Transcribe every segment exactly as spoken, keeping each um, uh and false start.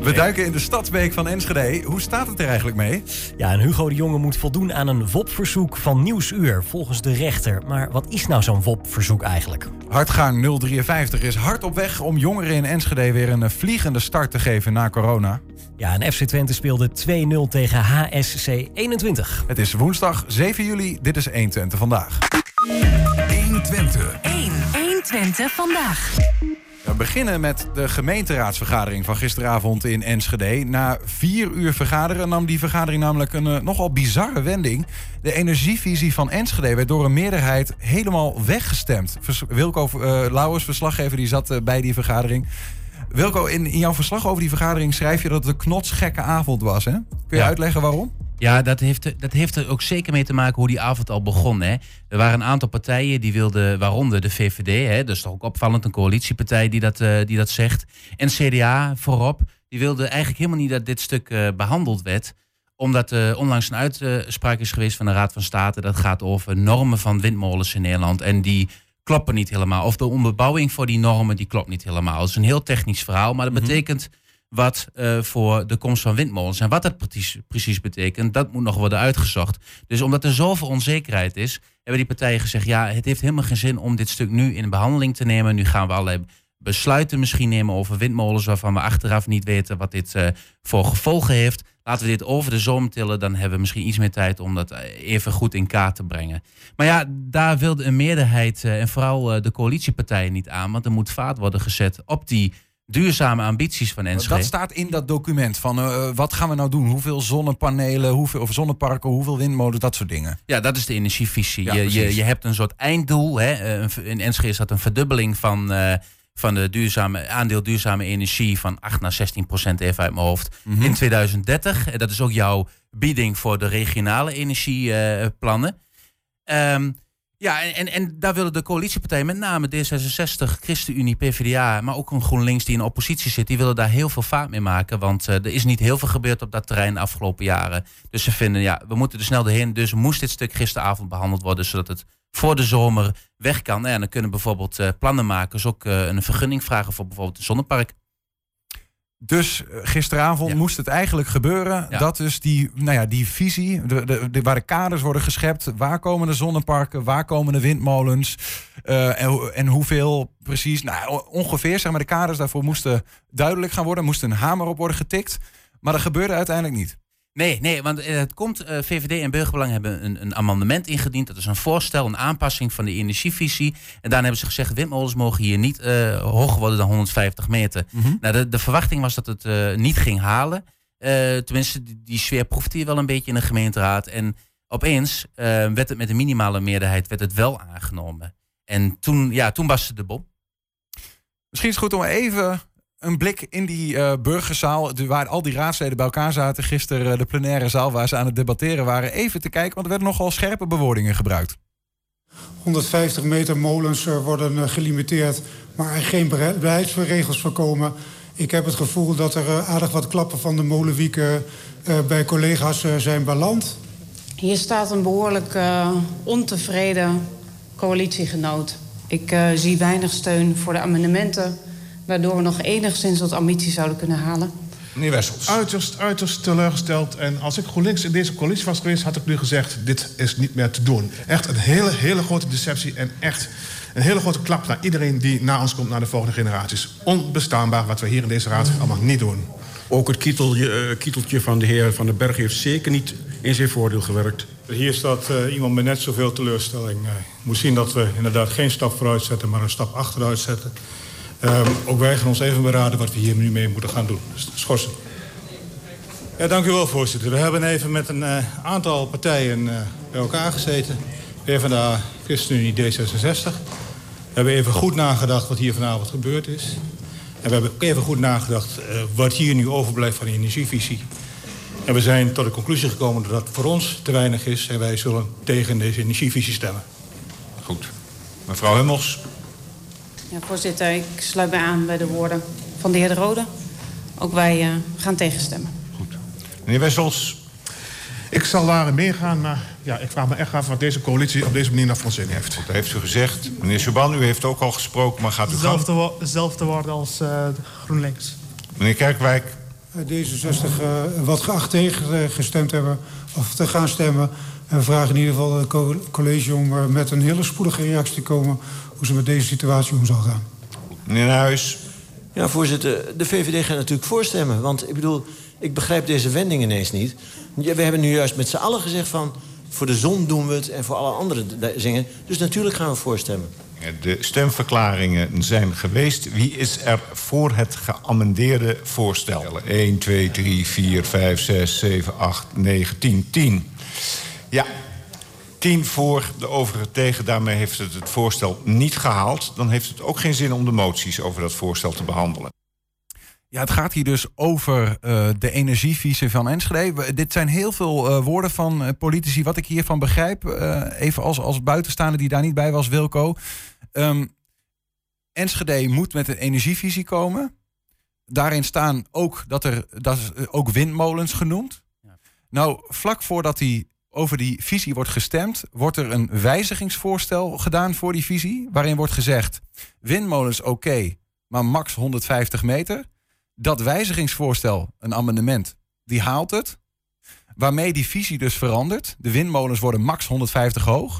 We duiken in de Stadsbeek van Enschede. Hoe staat het er eigenlijk mee? Ja, en Hugo de Jonge moet voldoen aan een W O P-verzoek van Nieuwsuur, volgens de rechter. Maar wat is nou zo'n W O P-verzoek eigenlijk? Hartgang nul drieënvijftig is hard op weg om jongeren in Enschede weer een vliegende start te geven na corona. Ja, en F C Twente speelde twee nul tegen H S C eenentwintig. Het is woensdag zeven juli, dit is één Twente vandaag. één Twente. één Twente vandaag. We beginnen met de gemeenteraadsvergadering van gisteravond in Enschede. Na vier uur vergaderen nam die vergadering namelijk een uh, nogal bizarre wending. De energievisie van Enschede werd door een meerderheid helemaal weggestemd. Vers- Wilco uh, Lauwers, verslaggever, die zat uh, bij die vergadering. Wilco, in, in jouw verslag over die vergadering schrijf je dat het een knotsgekke avond was, hè? Kun je Ja. uitleggen waarom? Ja, dat heeft, dat heeft er ook zeker mee te maken hoe die avond al begon. Hè. Er waren een aantal partijen die wilden, waaronder de V V D, hè, dat is toch ook opvallend, een coalitiepartij die dat, uh, die dat zegt. En C D A voorop, die wilden eigenlijk helemaal niet dat dit stuk uh, behandeld werd. Omdat er uh, onlangs een uitspraak is geweest van de Raad van State. Dat gaat over normen van windmolens in Nederland. En die kloppen niet helemaal. Of de onderbouwing voor die normen, die klopt niet helemaal. Het is een heel technisch verhaal, maar dat Mm-hmm. betekent wat uh, voor de komst van windmolens. En wat dat precies, precies betekent, dat moet nog worden uitgezocht. Dus omdat er zoveel onzekerheid is, hebben die partijen gezegd, ja, het heeft helemaal geen zin om dit stuk nu in behandeling te nemen. Nu gaan we allerlei besluiten misschien nemen over windmolens waarvan we achteraf niet weten wat dit uh, voor gevolgen heeft. Laten we dit over de zomer tillen, dan hebben we misschien iets meer tijd om dat even goed in kaart te brengen. Maar ja, daar wilde een meerderheid uh, en vooral uh, de coalitiepartijen niet aan, want er moet vaart worden gezet op die duurzame ambities van Enschede. Dat staat in dat document van uh, wat gaan we nou doen? Hoeveel zonnepanelen, hoeveel, of zonneparken, hoeveel windmolens, dat soort dingen. Ja, dat is de energievisie. Ja, je, je, precies. je hebt een soort einddoel. Hè. In Enschede is dat een verdubbeling van, uh, van de duurzame, aandeel duurzame energie van acht naar zestien procent, even uit mijn hoofd, Mm-hmm. in tweeduizend dertig. En dat is ook jouw bieding voor de regionale energieplannen. Uh, um, Ja, en, en, en daar willen de coalitiepartijen, met name D zesenzestig, ChristenUnie, P V D A, maar ook een GroenLinks die in oppositie zit, die willen daar heel veel vaart mee maken. Want uh, er is niet heel veel gebeurd op dat terrein de afgelopen jaren. Dus ze vinden, ja, we moeten er snel doorheen. Dus moest dit stuk gisteravond behandeld worden, zodat het voor de zomer weg kan. Nou ja, dan kunnen bijvoorbeeld uh, plannenmakers ook uh, een vergunning vragen voor bijvoorbeeld een zonnepark. Dus uh, gisteravond Ja. moest het eigenlijk gebeuren. Ja. Dat dus die, nou ja, die visie, de, de, de, waar de kaders worden geschept. Waar komen de zonneparken, waar komen de windmolens? Uh, en, en hoeveel precies? Nou, ongeveer, zeg maar, de kaders daarvoor moesten duidelijk gaan worden. Moest een hamer op worden getikt. Maar dat gebeurde uiteindelijk niet. Nee, nee, want uh, het komt, uh, V V D en Burgerbelang hebben een, een amendement ingediend. Dat is een voorstel, een aanpassing van de energievisie. En daarna hebben ze gezegd, windmolens mogen hier niet uh, hoger worden dan honderdvijftig meter. Mm-hmm. Nou, de, de verwachting was dat het uh, niet ging halen. Uh, tenminste, die, die sfeer proefde hier wel een beetje in de gemeenteraad. En opeens uh, werd het met een minimale meerderheid werd het wel aangenomen. En toen, ja, toen barstte de bom. Misschien is het goed om even een blik in die uh, burgerzaal, de, waar al die raadsleden bij elkaar zaten, gisteren uh, de plenaire zaal waar ze aan het debatteren waren, even te kijken, want er werden nogal scherpe bewoordingen gebruikt. honderdvijftig meter molens uh, worden uh, gelimiteerd, maar er geen beleidsregels voor komen. Ik heb het gevoel dat er uh, aardig wat klappen van de molenwieken uh, bij collega's uh, zijn beland. Hier staat een behoorlijk uh, ontevreden coalitiegenoot. Ik uh, zie weinig steun voor de amendementen, waardoor we nog enigszins wat ambitie zouden kunnen halen. Meneer Wessels. Uiterst, uiterst teleurgesteld. En als ik GroenLinks in deze coalitie was geweest, had ik nu gezegd, dit is niet meer te doen. Echt een hele, hele grote deceptie en echt een hele grote klap naar iedereen die na ons komt, naar de volgende generaties. Onbestaanbaar wat we hier in deze raad allemaal niet doen. Ook het kieteltje, uh, kieteltje van de heer Van den Berg heeft zeker niet in zijn voordeel gewerkt. Hier staat uh, iemand met net zoveel teleurstelling. Uh, je moet zien dat we inderdaad geen stap vooruit zetten, maar een stap achteruit zetten. Um, ook wij gaan ons even beraden wat we hier nu mee moeten gaan doen. Dus schorsen. Ja, dank u wel, voorzitter. We hebben even met een uh, aantal partijen uh, bij elkaar gezeten. PvdA, ChristenUnie, D zesenzestig. We hebben even goed nagedacht wat hier vanavond gebeurd is. En we hebben ook even goed nagedacht uh, wat hier nu overblijft van de energievisie. En we zijn tot de conclusie gekomen dat dat voor ons te weinig is. En wij zullen tegen deze energievisie stemmen. Goed. Mevrouw Hummels. Ja, voorzitter, ik sluit mij aan bij de woorden van de heer De Rode. Ook wij uh, gaan tegenstemmen. Goed. Meneer Wessels. Ik zal daarin meegaan, maar ja, ik vraag me echt af wat deze coalitie op deze manier nog voor zin heeft. Goed, dat heeft u gezegd. Meneer Subban, u heeft ook al gesproken, maar gaat u Zelfde, wo- zelfde woorden als uh, GroenLinks. Meneer Kerkwijk. D zesenzestig uh, wat geacht tegen uh, gestemd hebben of te gaan stemmen. En we vragen in ieder geval het co- college om uh, met een hele spoedige reactie te komen hoe ze met deze situatie om zal gaan. Meneer Nuis. Ja, voorzitter, de V V D gaat natuurlijk voorstemmen. Want ik bedoel, ik begrijp deze wending ineens niet. Ja, we hebben nu juist met z'n allen gezegd van, voor de zon doen we het en voor alle andere dingen. Dus natuurlijk gaan we voorstemmen. De stemverklaringen zijn geweest. Wie is er voor het geamendeerde voorstel? een, twee, drie, vier, vijf, zes, zeven, acht, negen, tien. tien. Ja, tien voor, de overige tegen. Daarmee heeft het het voorstel niet gehaald. Dan heeft het ook geen zin om de moties over dat voorstel te behandelen. Ja, het gaat hier dus over uh, de energievisie van Enschede. Dit zijn heel veel uh, woorden van uh, politici. Wat ik hiervan begrijp, uh, even als, als buitenstaander die daar niet bij was, Wilco. Um, Enschede moet met een energievisie komen. Daarin staan ook, dat er, dat is, uh, ook windmolens genoemd. Ja. Nou, vlak voordat die over die visie wordt gestemd, wordt er een wijzigingsvoorstel gedaan voor die visie, waarin wordt gezegd, windmolens oké, okay, maar max honderdvijftig meter. Dat wijzigingsvoorstel, een amendement, die haalt het. Waarmee die visie dus verandert. De windmolens worden max honderdvijftig hoog.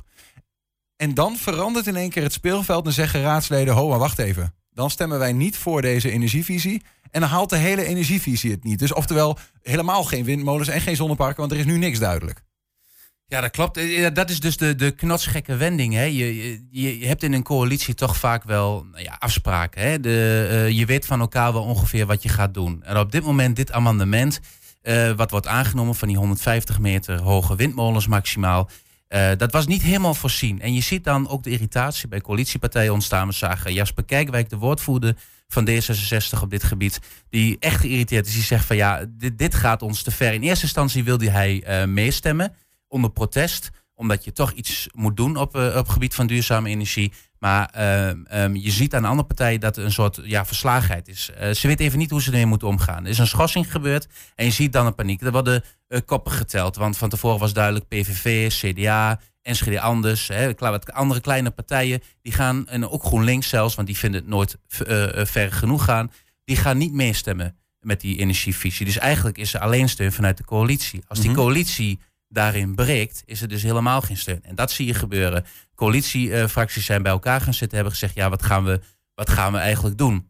En dan verandert in één keer het speelveld en zeggen raadsleden, ho, maar wacht even. Dan stemmen wij niet voor deze energievisie. En dan haalt de hele energievisie het niet. Dus oftewel helemaal geen windmolens en geen zonneparken, want er is nu niks duidelijk. Ja, dat klopt. Dat is dus de, de knotsgekke wending. Hè. Je, je, je hebt in een coalitie toch vaak wel nou ja, afspraken. Hè. De, uh, je weet van elkaar wel ongeveer wat je gaat doen. En op dit moment, dit amendement, uh, wat wordt aangenomen van die honderdvijftig meter hoge windmolens maximaal, uh, dat was niet helemaal voorzien. En je ziet dan ook de irritatie bij coalitiepartijen ontstaan. We zagen Jasper Kijkwijk, de woordvoerder van D zesenzestig op dit gebied, die echt geïrriteerd is. Die zegt van ja, dit, dit gaat ons te ver. In eerste instantie wilde hij uh, meestemmen onder protest, omdat je toch iets moet doen op, uh, op het gebied van duurzame energie. Maar uh, um, je ziet aan de andere partijen dat er een soort ja, verslagenheid is. Uh, ze weten even niet hoe ze ermee moeten omgaan. Er is een schorsing gebeurd en je ziet dan een paniek. Er worden uh, koppen geteld, want van tevoren was duidelijk P V V, C D A, Enschede anders. Hè, wat andere kleine partijen, die gaan, en ook GroenLinks zelfs, want die vinden het nooit uh, ver genoeg gaan, die gaan niet meestemmen met die energievisie. Dus eigenlijk is er alleen steun vanuit de coalitie. Als die mm-hmm. coalitie daarin breekt, is er dus helemaal geen steun. En dat zie je gebeuren. Coalitiefracties uh, zijn bij elkaar gaan zitten, hebben gezegd, ja, wat gaan we, wat gaan we eigenlijk doen?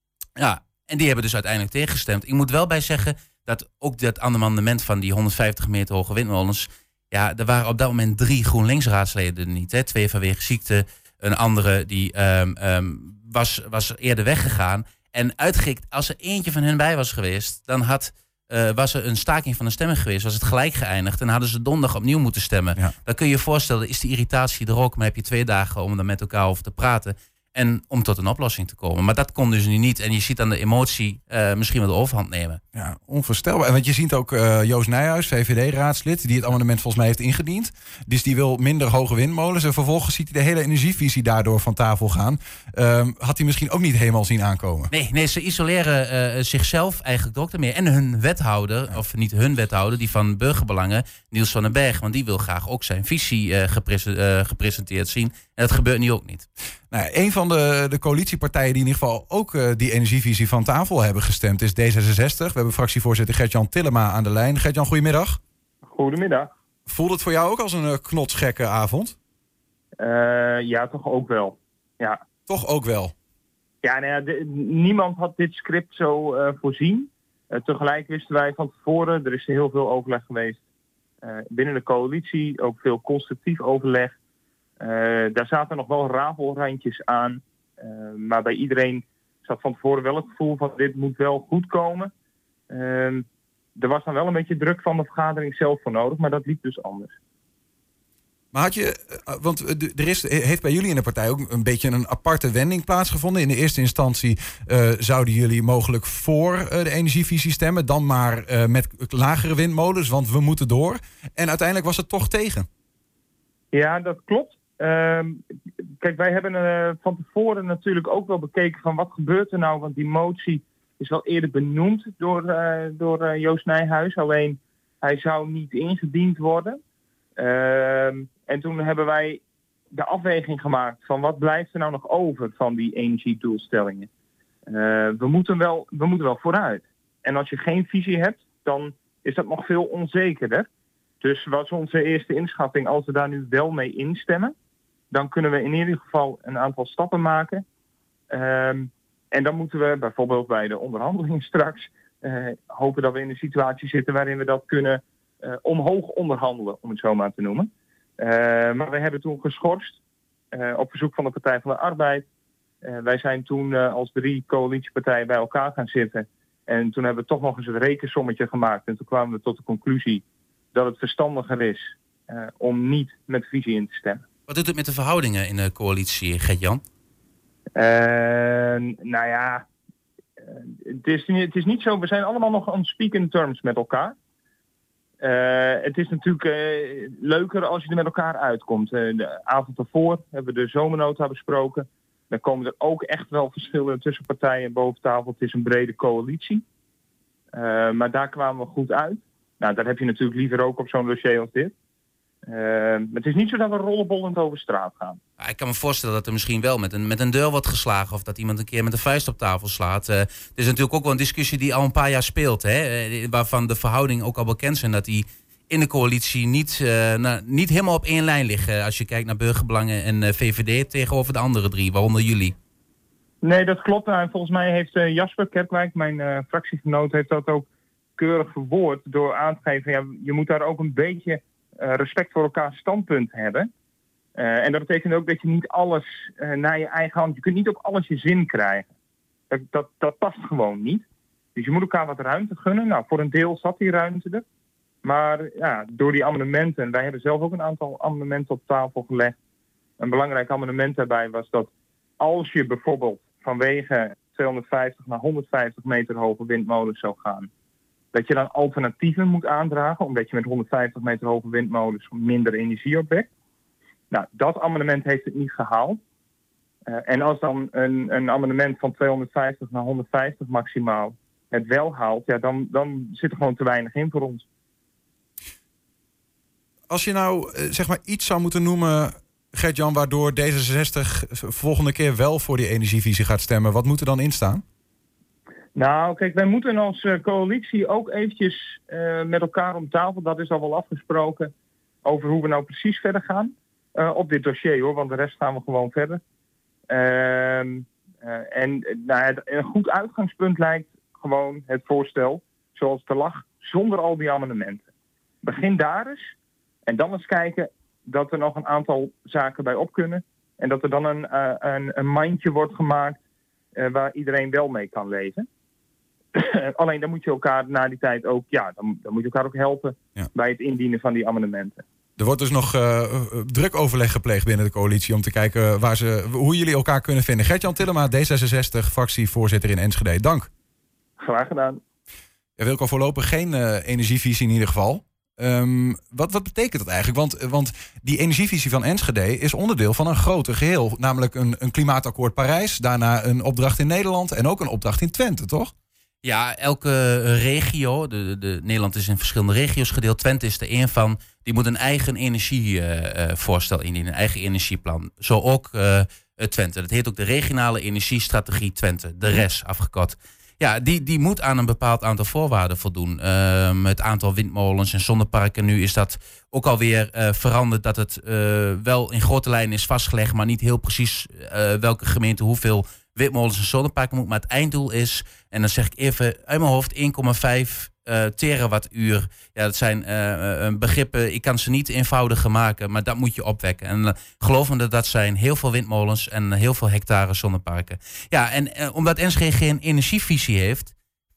Ja, en die hebben dus uiteindelijk tegengestemd. Ik moet wel bij zeggen dat ook dat amendement van die honderdvijftig meter hoge windmolens, ja, er waren op dat moment drie GroenLinks-raadsleden er niet. Hè. Twee vanwege ziekte, een andere die um, um, was, was eerder weggegaan. En uitgekikt, als er eentje van hen bij was geweest, dan had Uh, was er een staking van de stemmen geweest, was het gelijk geëindigd en hadden ze donderdag opnieuw moeten stemmen. Ja. Dan kun je je voorstellen, is die irritatie er ook, maar heb je twee dagen om er met elkaar over te praten en om tot een oplossing te komen. Maar dat kon dus nu niet en je ziet aan de emotie uh, misschien wel de overhand nemen. Ja, onvoorstelbaar. Want je ziet ook uh, Joost Nijhuis, V V D-raadslid, die het amendement volgens mij heeft ingediend. Dus die wil minder hoge windmolens en vervolgens ziet hij de hele energievisie daardoor van tafel gaan. Um, had hij misschien ook niet helemaal zien aankomen? Nee, nee ze isoleren uh, zichzelf eigenlijk ook ermee. En hun wethouder, ja. of niet hun wethouder, die van Burgerbelangen, Niels van den Berg, want die wil graag ook zijn visie uh, gepres- uh, gepresenteerd zien. En dat gebeurt nu ook niet. Nou, een van de, de coalitiepartijen die in ieder geval ook uh, die energievisie van tafel hebben gestemd is D zesenzestig. We hebben fractievoorzitter Gert-Jan Tillema aan de lijn. Gert-Jan, goedemiddag. Goedemiddag. Voelt het voor jou ook als een uh, knotsgekke avond? Uh, ja, toch ook wel. Ja. Toch ook wel? Ja, nou ja de, niemand had dit script zo uh, voorzien. Uh, tegelijk wisten wij van tevoren, er is heel veel overleg geweest. Uh, binnen de coalitie, ook veel constructief overleg. Uh, daar zaten nog wel rafelrandjes aan. Uh, maar bij iedereen zat van tevoren wel het gevoel van dit moet wel goed komen. Uh, er was dan wel een beetje druk van de vergadering zelf voor nodig, maar dat liep dus anders. Maar had je, want er is, heeft bij jullie in de partij ook een beetje een aparte wending plaatsgevonden. In de eerste instantie uh, zouden jullie mogelijk voor uh, de energievisie stemmen, dan maar uh, met lagere windmolens, want we moeten door. En uiteindelijk was het toch tegen. Ja, dat klopt. Uh, kijk, wij hebben uh, van tevoren natuurlijk ook wel bekeken van wat gebeurt er nou, want die motie is wel eerder benoemd door, uh, door uh, Joost Nijhuis, alleen hij zou niet ingediend worden. Uh, en toen hebben wij de afweging gemaakt van wat blijft er nou nog over van die energiedoelstellingen. Uh, we, moeten wel, we moeten wel vooruit. en als je geen visie hebt, dan is dat nog veel onzekerder. Dus was onze eerste inschatting, als we daar nu wel mee instemmen, dan kunnen we in ieder geval een aantal stappen maken. Um, en dan moeten we bijvoorbeeld bij de onderhandelingen straks uh, hopen dat we in een situatie zitten waarin we dat kunnen uh, omhoog onderhandelen, om het zo maar te noemen. Uh, maar we hebben toen geschorst uh, op verzoek van de Partij van de Arbeid. Uh, wij zijn toen uh, als drie coalitiepartijen bij elkaar gaan zitten. En toen hebben we toch nog eens het rekensommetje gemaakt. En toen kwamen we tot de conclusie dat het verstandiger is uh, om niet met visie in te stemmen. Wat doet het met de verhoudingen in de coalitie, Gert-Jan? Uh, nou ja, uh, het, is, het is niet zo. We zijn allemaal nog on speaking terms met elkaar. Uh, het is natuurlijk uh, leuker als je er met elkaar uitkomt. Uh, de avond ervoor hebben we de zomernota besproken. Dan komen er ook echt wel verschillen tussen partijen boven tafel. Het is een brede coalitie. Uh, maar daar kwamen we goed uit. Nou, daar heb je natuurlijk liever ook op zo'n dossier als dit. Uh, maar het is niet zo dat we rollenbollend over straat gaan. Ik kan me voorstellen dat er misschien wel met een, met een deur wordt geslagen of dat iemand een keer met een vuist op tafel slaat. Uh, het is natuurlijk ook wel een discussie die al een paar jaar speelt, hè? Waarvan de verhoudingen ook al bekend zijn dat die in de coalitie niet, uh, nou, niet helemaal op één lijn liggen als je kijkt naar Burgerbelangen en uh, V V D tegenover de andere drie, waaronder jullie. Nee, dat klopt. Nou, volgens mij heeft uh, Jasper Kerkwijk, mijn uh, fractiegenoot, heeft dat ook keurig verwoord door aan te geven, ja, je moet daar ook een beetje uh, respect voor elkaars standpunt hebben. Uh, en dat betekent ook dat je niet alles uh, naar je eigen hand, je kunt niet op alles je zin krijgen. Dat, dat, dat past gewoon niet. Dus je moet elkaar wat ruimte gunnen. Nou, voor een deel zat die ruimte er. Maar ja, door die amendementen, wij hebben zelf ook een aantal amendementen op tafel gelegd. Een belangrijk amendement daarbij was dat als je bijvoorbeeld vanwege tweehonderdvijftig naar honderdvijftig meter hoge windmolens zou gaan, dat je dan alternatieven moet aandragen, omdat je met honderdvijftig meter hoge windmolens minder energie opwekt. Nou, dat amendement heeft het niet gehaald. Uh, en als dan een, een amendement van tweehonderdvijftig naar honderdvijftig maximaal het wel haalt, ja, dan, dan zit er gewoon te weinig in voor ons. Als je nou uh, zeg maar iets zou moeten noemen, Gert-Jan, waardoor D zesenzestig volgende keer wel voor die energievisie gaat stemmen, wat moet er dan in staan? Nou, kijk, wij moeten als uh, coalitie ook eventjes uh, met elkaar om tafel, dat is al wel afgesproken, over hoe we nou precies verder gaan. Uh, op dit dossier hoor, want de rest gaan we gewoon verder. Uh, uh, en nou, het, een goed uitgangspunt lijkt gewoon het voorstel zoals het er lag, zonder al die amendementen. Begin daar eens en dan eens kijken dat er nog een aantal zaken bij op kunnen. En dat er dan een, uh, een, een mandje wordt gemaakt uh, waar iedereen wel mee kan leven. Alleen dan moet je elkaar na die tijd ook, ja, dan, dan moet je elkaar ook helpen ja. bij het indienen van die amendementen. Er wordt dus nog uh, druk overleg gepleegd binnen de coalitie om te kijken waar ze, hoe jullie elkaar kunnen vinden. Gert-Jan Tillema, D zesenzestig, fractievoorzitter in Enschede. Dank. Graag gedaan. Ja, Wilco, voorlopig geen uh, energievisie in ieder geval. Um, wat, wat betekent dat eigenlijk? Want, want die energievisie van Enschede is onderdeel van een groter geheel. Namelijk een, een klimaatakkoord Parijs, daarna een opdracht in Nederland en ook een opdracht in Twente, toch? Ja, elke regio, de, de, de, Nederland is in verschillende regio's gedeeld. Twente is er één van, die moet een eigen energievoorstel uh, indienen, een eigen energieplan. Zo ook uh, Twente. Dat heet ook de regionale energiestrategie Twente, de R E S afgekort. Ja, die, die moet aan een bepaald aantal voorwaarden voldoen. Um, het aantal windmolens en zonneparken. Nu is dat ook alweer uh, veranderd. Dat het uh, wel in grote lijnen is vastgelegd, maar niet heel precies uh, welke gemeente hoeveel windmolens en zonneparken moet. Maar het einddoel is, en dan zeg ik even uit mijn hoofd, één komma vijf uh, terawattuur. Ja, dat zijn uh, uh, begrippen, ik kan ze niet eenvoudiger maken, maar dat moet je opwekken. En uh, geloof me dat dat zijn heel veel windmolens en uh, heel veel hectare zonneparken. Ja, en uh, omdat Enschede geen energievisie heeft,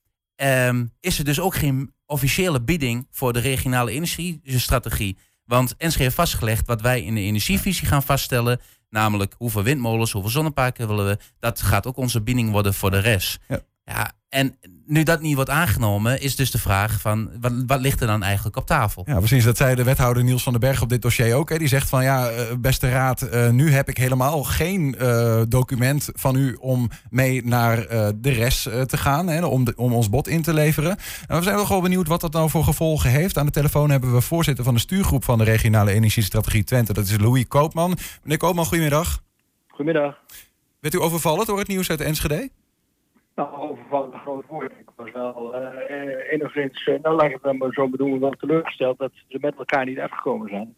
um, is er dus ook geen officiële bieding voor de regionale energiestrategie. Want Enschede heeft vastgelegd wat wij in de energievisie gaan vaststellen, namelijk hoeveel windmolens, hoeveel zonneparken willen we. Dat gaat ook onze bieding worden voor de R E S. Ja. Ja, en nu dat niet wordt aangenomen, is dus de vraag van wat, wat ligt er dan eigenlijk op tafel? Ja, precies. Dat zei de wethouder Niels van den Berg op dit dossier ook. Hè. Die zegt van ja, beste raad, uh, nu heb ik helemaal geen uh, document van u om mee naar uh, de R E S uh, te gaan, hè, om, de, om ons bod in te leveren. En we zijn wel gewoon benieuwd wat dat nou voor gevolgen heeft. Aan de telefoon hebben we voorzitter van de stuurgroep van de regionale energiestrategie Twente. Dat is Louis Koopman. Meneer Koopman, goedemiddag. Goedemiddag. Bent u overvallen door het nieuws uit Enschede? Nou, overvallen een groot woord. Ik was wel uh, enigszins, uh, nou laat ik het dan maar zo bedoelen, wel teleurgesteld dat ze met elkaar niet uitgekomen zijn.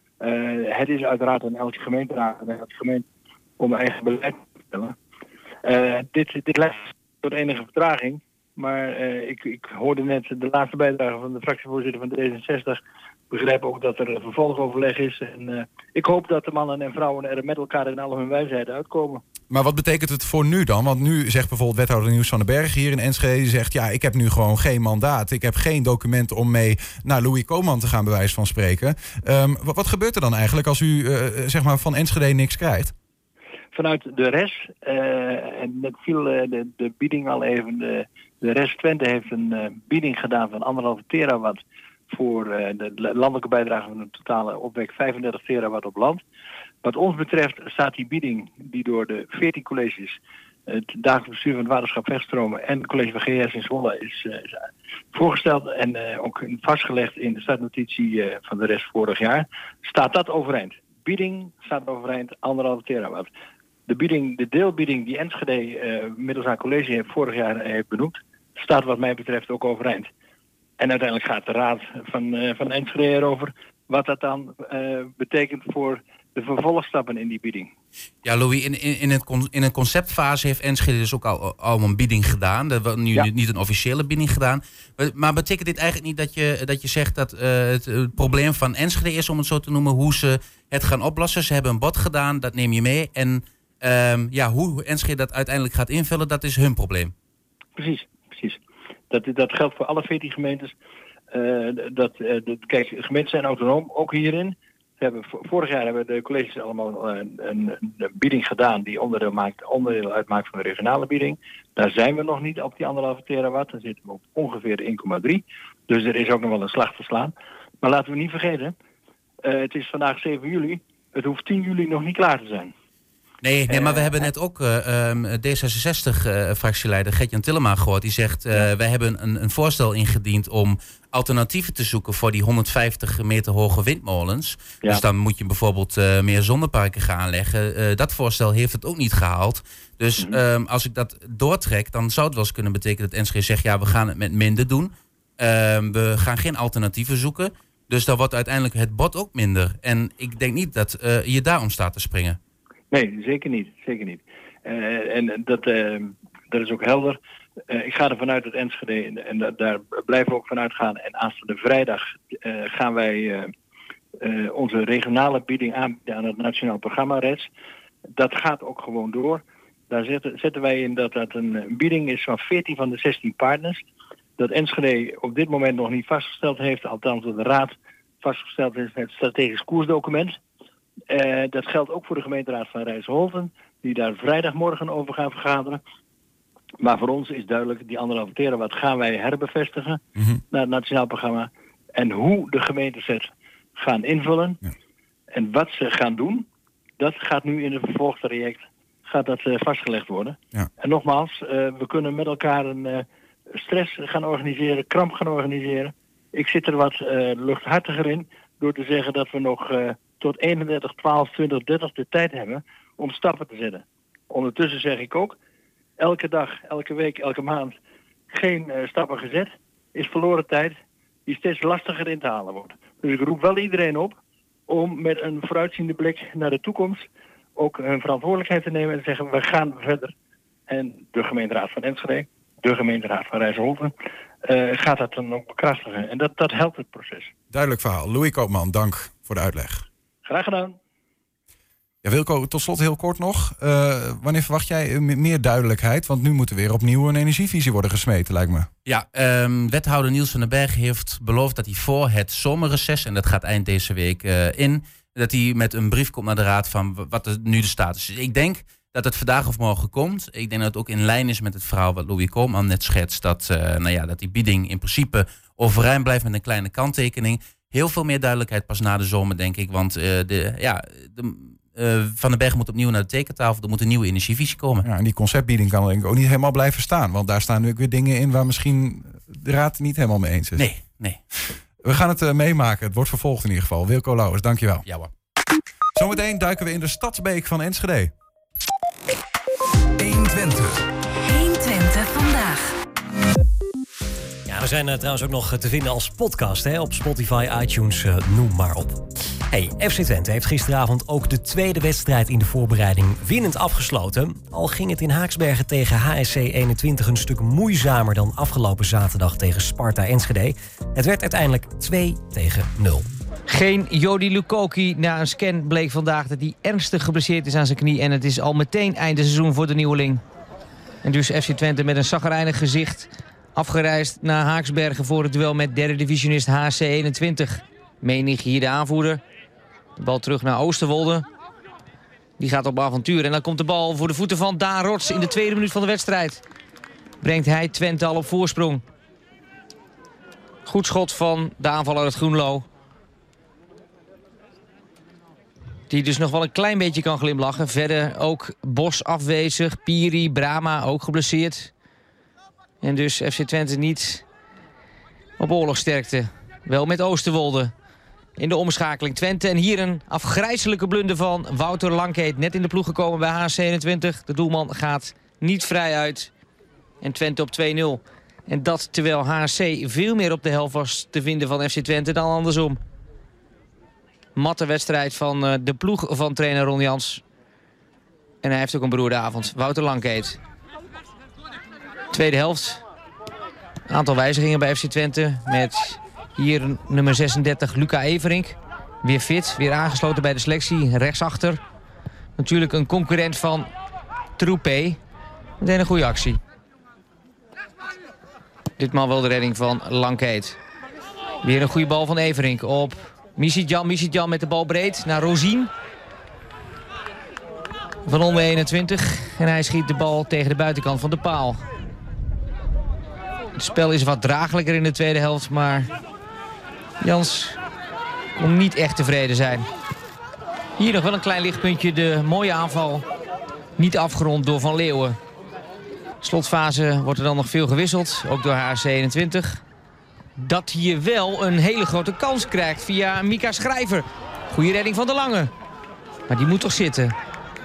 Uh, het is uiteraard aan elke gemeenteraad en elke gemeente om eigen beleid te stellen. Uh, dit, dit leidt tot enige vertraging, maar uh, ik, ik hoorde net de laatste bijdrage van de fractievoorzitter van D zesenzestig. Ik begrijp ook dat er een vervolgoverleg is. En uh, ik hoop dat de mannen en vrouwen er met elkaar in al hun wijsheid uitkomen. Maar wat betekent het voor nu dan? Want nu zegt bijvoorbeeld wethouder Nieuws van den Berg hier in Enschede, die zegt, ja, ik heb nu gewoon geen mandaat. Ik heb geen document om mee naar Louis Koopman te gaan, bij wijze van spreken. Um, wat, wat gebeurt er dan eigenlijk als u uh, zeg maar van Enschede niks krijgt? Vanuit de rest, uh, en dat viel uh, de, de bieding al even, de, de rest Twente heeft een uh, bieding gedaan van anderhalve terawatt voor uh, de landelijke bijdrage van een totale opwek vijfendertig terawatt op land. Wat ons betreft staat die bieding die door de veertien colleges, het dagelijks bestuur van het waterschap Vechtstromen en het college van G S in Zwolle is, uh, is voorgesteld en uh, ook vastgelegd in de startnotitie uh, van de rest vorig jaar, staat dat overeind. Bieding staat overeind, anderhalve terawatt. De bieding, de deelbieding die Enschede uh, middels haar college heeft, vorig jaar heeft benoemd, staat wat mij betreft ook overeind. En uiteindelijk gaat de raad van, uh, van Enschede erover wat dat dan uh, betekent voor de vervolgstappen in die bieding. Ja, Louis, in, in, in, het, in een conceptfase heeft Enschede dus ook al, al een bieding gedaan. Dat was nu ja. niet een officiële bieding gedaan. Maar betekent dit eigenlijk niet dat je, dat je zegt dat uh, het, het probleem van Enschede is, om het zo te noemen, hoe ze het gaan oplossen? Ze hebben een bod gedaan, dat neem je mee. En um, ja, hoe Enschede dat uiteindelijk gaat invullen, dat is hun probleem. Precies, precies. Dat, dat geldt voor alle veertien gemeentes. Uh, dat, uh, dat, kijk, gemeenten zijn autonoom, ook hierin. We hebben, vorig jaar hebben de colleges allemaal een, een, een bieding gedaan die onderdeel, maakt, onderdeel uitmaakt van de regionale bieding. Daar zijn we nog niet op die anderhalve terawatt. Dan zitten we op ongeveer één komma drie. Dus er is ook nog wel een slag te slaan. Maar laten we niet vergeten, uh, het is vandaag zeven juli. Het hoeft tien juli nog niet klaar te zijn. Nee, nee, maar we hebben net ook uh, um, D zesenzestig-fractieleider uh, Gert-Jan Tillema gehoord. Die zegt, uh, ja. wij hebben een, een voorstel ingediend om alternatieven te zoeken voor die honderdvijftig meter hoge windmolens. Ja. Dus dan moet je bijvoorbeeld uh, meer zonneparken gaan leggen. Uh, dat voorstel heeft het ook niet gehaald. Dus mm-hmm. um, als ik dat doortrek, dan zou het wel eens kunnen betekenen dat Enschede zegt, ja, we gaan het met minder doen. Uh, we gaan geen alternatieven zoeken. Dus dan wordt uiteindelijk het bod ook minder. En ik denk niet dat uh, je daarom staat te springen. Nee, zeker niet. Zeker niet. Uh, en dat, uh, dat is ook helder. Uh, ik ga er vanuit dat Enschede, en da- daar blijven we ook vanuit gaan. En aanstaande vrijdag uh, gaan wij uh, uh, onze regionale bieding aanbieden aan het Nationaal Programma R E D S. Dat gaat ook gewoon door. Daar zetten, zetten wij in dat dat een, een bieding is van veertien van de zestien partners. Dat Enschede op dit moment nog niet vastgesteld heeft, althans dat de Raad vastgesteld heeft met het strategisch koersdocument. Uh, dat geldt ook voor de gemeenteraad van Rijsselhoven, die daar vrijdagmorgen over gaan vergaderen. Maar voor ons is duidelijk, die anderhalve terawatt gaan wij herbevestigen mm-hmm. naar het Nationaal Programma. En hoe de gemeentes het gaan invullen ja. en wat ze gaan doen, dat gaat nu in het vervolgtraject gaat dat, uh, vastgelegd worden. Ja. En nogmaals, uh, we kunnen met elkaar een uh, stress gaan organiseren, kramp gaan organiseren. Ik zit er wat uh, luchthartiger in door te zeggen dat we nog uh, tot eenendertig, twaalf, twintig, dertig de tijd hebben om stappen te zetten. Ondertussen zeg ik ook, elke dag, elke week, elke maand geen uh, stappen gezet is verloren tijd die steeds lastiger in te halen wordt. Dus ik roep wel iedereen op om met een vooruitziende blik naar de toekomst ook hun verantwoordelijkheid te nemen en te zeggen, we gaan verder. En de gemeenteraad van Enschede, de gemeenteraad van Rijsselhoven, uh, gaat dat dan ook bekrachtigen. En dat, dat helpt het proces. Duidelijk verhaal. Louis Koopman, dank voor de uitleg. Graag gedaan. Ja, Wilco, tot slot heel kort nog. Uh, wanneer verwacht jij meer duidelijkheid? Want nu moet er weer opnieuw een energievisie worden gesmeten, lijkt me. Ja, um, wethouder Niels van den Berg heeft beloofd dat hij voor het zomerreces, en dat gaat eind deze week uh, in, dat hij met een brief komt naar de raad van wat er nu de status is. Ik denk dat het vandaag of morgen komt. Ik denk dat het ook in lijn is met het verhaal wat Louis Koopman net schetst. Dat, uh, nou ja, dat die bieding in principe overeind blijft met een kleine kanttekening. Heel veel meer duidelijkheid pas na de zomer, denk ik. Want uh, de, ja, de, uh, Van den Berg moet opnieuw naar de tekentafel. Er moet een nieuwe energievisie komen. Ja, en die conceptbieding kan denk ik ook niet helemaal blijven staan. Want daar staan nu ook weer dingen in waar misschien de raad het niet helemaal mee eens is. Nee, nee. We gaan het uh, meemaken. Het wordt vervolgd in ieder geval. Wilco Lauwers, dankjewel. Ja hoor. Zometeen duiken we in de Stadsbeek van Enschede. honderdtwintig. honderdtwintig zijn uh, trouwens ook nog te vinden als podcast, hè, op Spotify, iTunes, uh, noem maar op. Hey, F C Twente heeft gisteravond ook de tweede wedstrijd in de voorbereiding winnend afgesloten. Al ging het in Haaksbergen tegen H S C eenentwintig een stuk moeizamer dan afgelopen zaterdag tegen Sparta Enschede. Het werd uiteindelijk twee tegen nul. Geen Jody Lukoki. Na een scan bleek vandaag dat hij ernstig geblesseerd is aan zijn knie. En het is al meteen einde seizoen voor de nieuweling. En dus F C Twente met een chagrijnig gezicht afgereisd naar Haaksbergen voor het duel met derde divisionist H C eenentwintig. Menig hier de aanvoerder. De bal terug naar Oosterwolde. Die gaat op avontuur. En dan komt de bal voor de voeten van Daan Rots in de tweede minuut van de wedstrijd. Brengt hij Twente al op voorsprong. Goed schot van de aanvaller uit Groenlo. Die dus nog wel een klein beetje kan glimlachen. Verder ook Bos afwezig. Piri, Brama ook geblesseerd. En dus F C Twente niet op oorlogsterkte. Wel met Oosterwolde in de omschakeling. Twente en hier een afgrijselijke blunder van Wouter Lankeet. Net in de ploeg gekomen bij H C eenentwintig. De doelman gaat niet vrij uit. En Twente op twee nul. En dat terwijl H C veel meer op de helft was te vinden van F C Twente dan andersom. Matte wedstrijd van uh, de ploeg van trainer Ron Jans. En hij heeft ook een beroerde avond. Wouter Lankeet. Tweede helft. Aantal wijzigingen bij F C Twente. Met hier nummer zesendertig Luca Everink. Weer fit, weer aangesloten bij de selectie. Rechtsachter. Natuurlijk een concurrent van Troepé. Meteen een goede actie. Ditmaal wel de redding van Lankeet. Weer een goede bal van Everink op Misitjan. Misitjan met de bal breed naar Rozien. Van onder eenentwintig. En hij schiet de bal tegen de buitenkant van de paal. Het spel is wat draaglijker in de tweede helft, maar Jans kon niet echt tevreden zijn. Hier nog wel een klein lichtpuntje. De mooie aanval niet afgerond door Van Leeuwen. Slotfase wordt er dan nog veel gewisseld, ook door H C eenentwintig. Dat hier wel een hele grote kans krijgt via Mika Schrijver. Goeie redding van de Lange. Maar die moet toch zitten.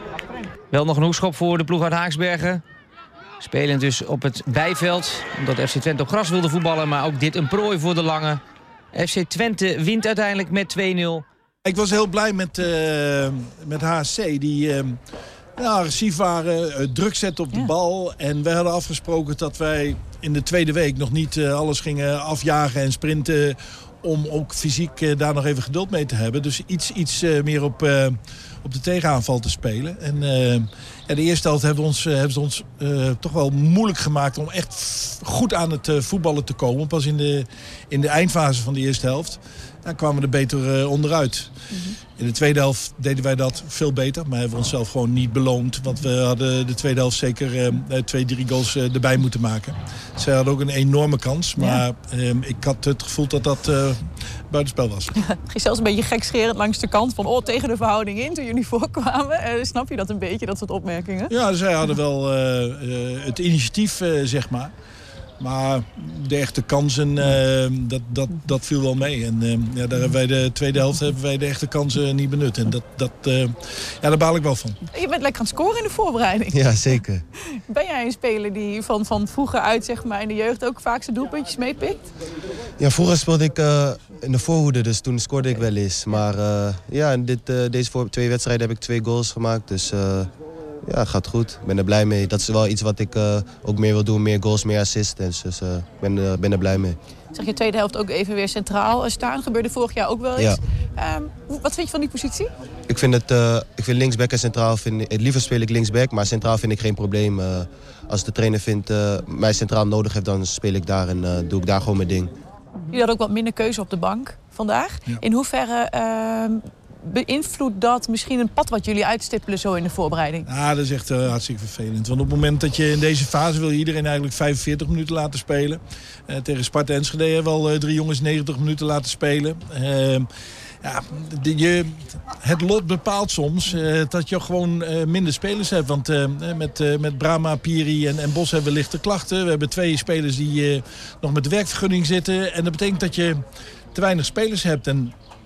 Wel nog een hoekschop voor de ploeg uit Haaksbergen. Spelend dus op het bijveld. Omdat F C Twente op gras wilde voetballen. Maar ook dit een prooi voor de Lange. F C Twente wint uiteindelijk met twee nul. Ik was heel blij met, uh, met H C. Die uh, ja, agressief waren. Uh, druk zetten op de ja. bal. En wij hadden afgesproken dat wij in de tweede week nog niet uh, alles gingen afjagen en sprinten. Om ook fysiek uh, daar nog even geduld mee te hebben. Dus iets, iets uh, meer op, uh, op de tegenaanval te spelen. En uh, ja, de eerste helft hebben, ons, uh, hebben ze ons uh, toch wel moeilijk gemaakt om echt goed aan het uh, voetballen te komen. Pas in de, in de eindfase van de eerste helft ja, kwamen we er beter uh, onderuit. Mm-hmm. In de tweede helft deden wij dat veel beter. Maar hebben we onszelf gewoon niet beloond. Want we hadden de tweede helft zeker uh, twee, drie goals uh, erbij moeten maken. Zij hadden ook een enorme kans. Maar ja. uh, ik had het gevoel dat dat uh, buitenspel was. Ja, het ging zelfs een beetje gekscherend langs de kant. Van oh, tegen de verhouding in toen jullie voorkwamen. Uh, snap je dat een beetje, dat soort opmerkingen? Ja, zij hadden wel uh, uh, het initiatief, uh, zeg maar. Maar de echte kansen, uh, dat, dat, dat viel wel mee. En uh, ja, daar hebben wij de tweede helft hebben wij de echte kansen niet benut. En dat, dat, uh, ja, daar baal ik wel van. Je bent lekker aan het scoren in de voorbereiding. Ja, zeker. Ben jij een speler die van, van vroeger uit, zeg maar, in de jeugd ook vaak zijn doelpuntjes meepikt? Ja, vroeger speelde ik uh, in de voorhoede, dus toen scoorde ik wel eens. Maar uh, ja, in dit, uh, deze voor, twee wedstrijden heb ik twee goals gemaakt. Dus uh, ja, gaat goed. Ik ben er blij mee. Dat is wel iets wat ik uh, ook meer wil doen. Meer goals, meer assists. Dus ik uh, ben, uh, ben er blij mee. Zeg je tweede helft ook even weer centraal staan? Gebeurde vorig jaar ook wel eens. Ja. Um, wat vind je van die positie? Ik vind, het, uh, ik vind linksback en centraal... Vind ik, het liever speel ik linksback, maar centraal vind ik geen probleem. Uh, als de trainer vindt uh, mij centraal nodig heeft, dan speel ik daar en uh, doe ik daar gewoon mijn ding. Jullie hadden ook wat minder keuze op de bank vandaag. Ja. In hoeverre uh, beïnvloedt dat misschien een pad wat jullie uitstippelen zo in de voorbereiding? Ja, dat is echt uh, hartstikke vervelend. Want op het moment dat je in deze fase wil je iedereen eigenlijk vijfenveertig minuten laten spelen. Uh, tegen Sparta Enschede hebben we al uh, drie jongens negentig minuten laten spelen. Uh, ja, de, je, het lot bepaalt soms uh, dat je gewoon uh, minder spelers hebt. Want uh, met, uh, met Brama, Piri en, en Bos hebben we lichte klachten. We hebben twee spelers die uh, nog met de werkvergunning zitten. En dat betekent dat je te weinig spelers hebt. En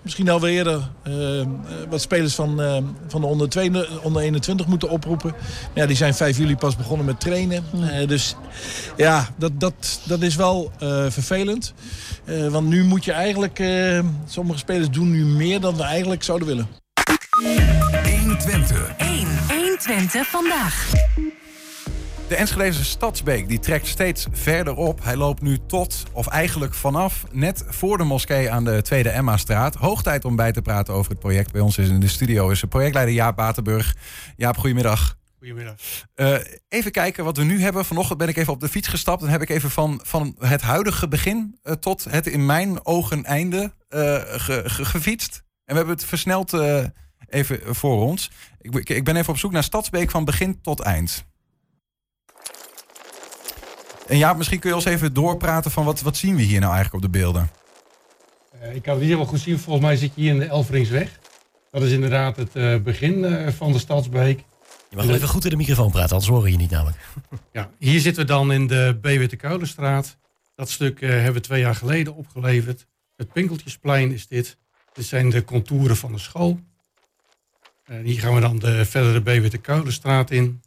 misschien alweer eerder uh, wat spelers van, uh, van de onder, twee, onder eenentwintig moeten oproepen. Ja, die zijn vijf juli pas begonnen met trainen. Uh, dus ja, dat, dat, dat is wel uh, vervelend. Uh, want nu moet je eigenlijk... Uh, sommige spelers doen nu meer dan we eigenlijk zouden willen. honderdtwintig. honderdtwintig vandaag. De Enschedese Stadsbeek die trekt steeds verder op. Hij loopt nu tot, of eigenlijk vanaf, net voor de moskee aan de Tweede Emma-straat. Hoog tijd om bij te praten over het project. Bij ons is in de studio is de projectleider Jaap Batenburg. Jaap, goedemiddag. Goedemiddag. Uh, even kijken wat we nu hebben. Vanochtend ben ik even op de fiets gestapt en heb ik even van, van het huidige begin uh, tot het in mijn ogen einde uh, ge, ge, gefietst. En we hebben het versneld uh, even voor ons. Ik, ik ben even op zoek naar Stadsbeek van begin tot eind. En ja, misschien kun je ons even doorpraten van wat, wat zien we hier nou eigenlijk op de beelden? Uh, ik kan het niet helemaal goed zien. Volgens mij zit je hier in de Elfringsweg. Dat is inderdaad het uh, begin uh, van de Stadsbeek. Je mag wel even goed in de microfoon praten, anders horen je niet namelijk. Ja, hier zitten we dan in de B W T Keulenstraat. Dat stuk uh, hebben we twee jaar geleden opgeleverd. Het Pinkeltjesplein is dit. Dit zijn de contouren van de school. Uh, hier gaan we dan de verdere B W T Keulenstraat in.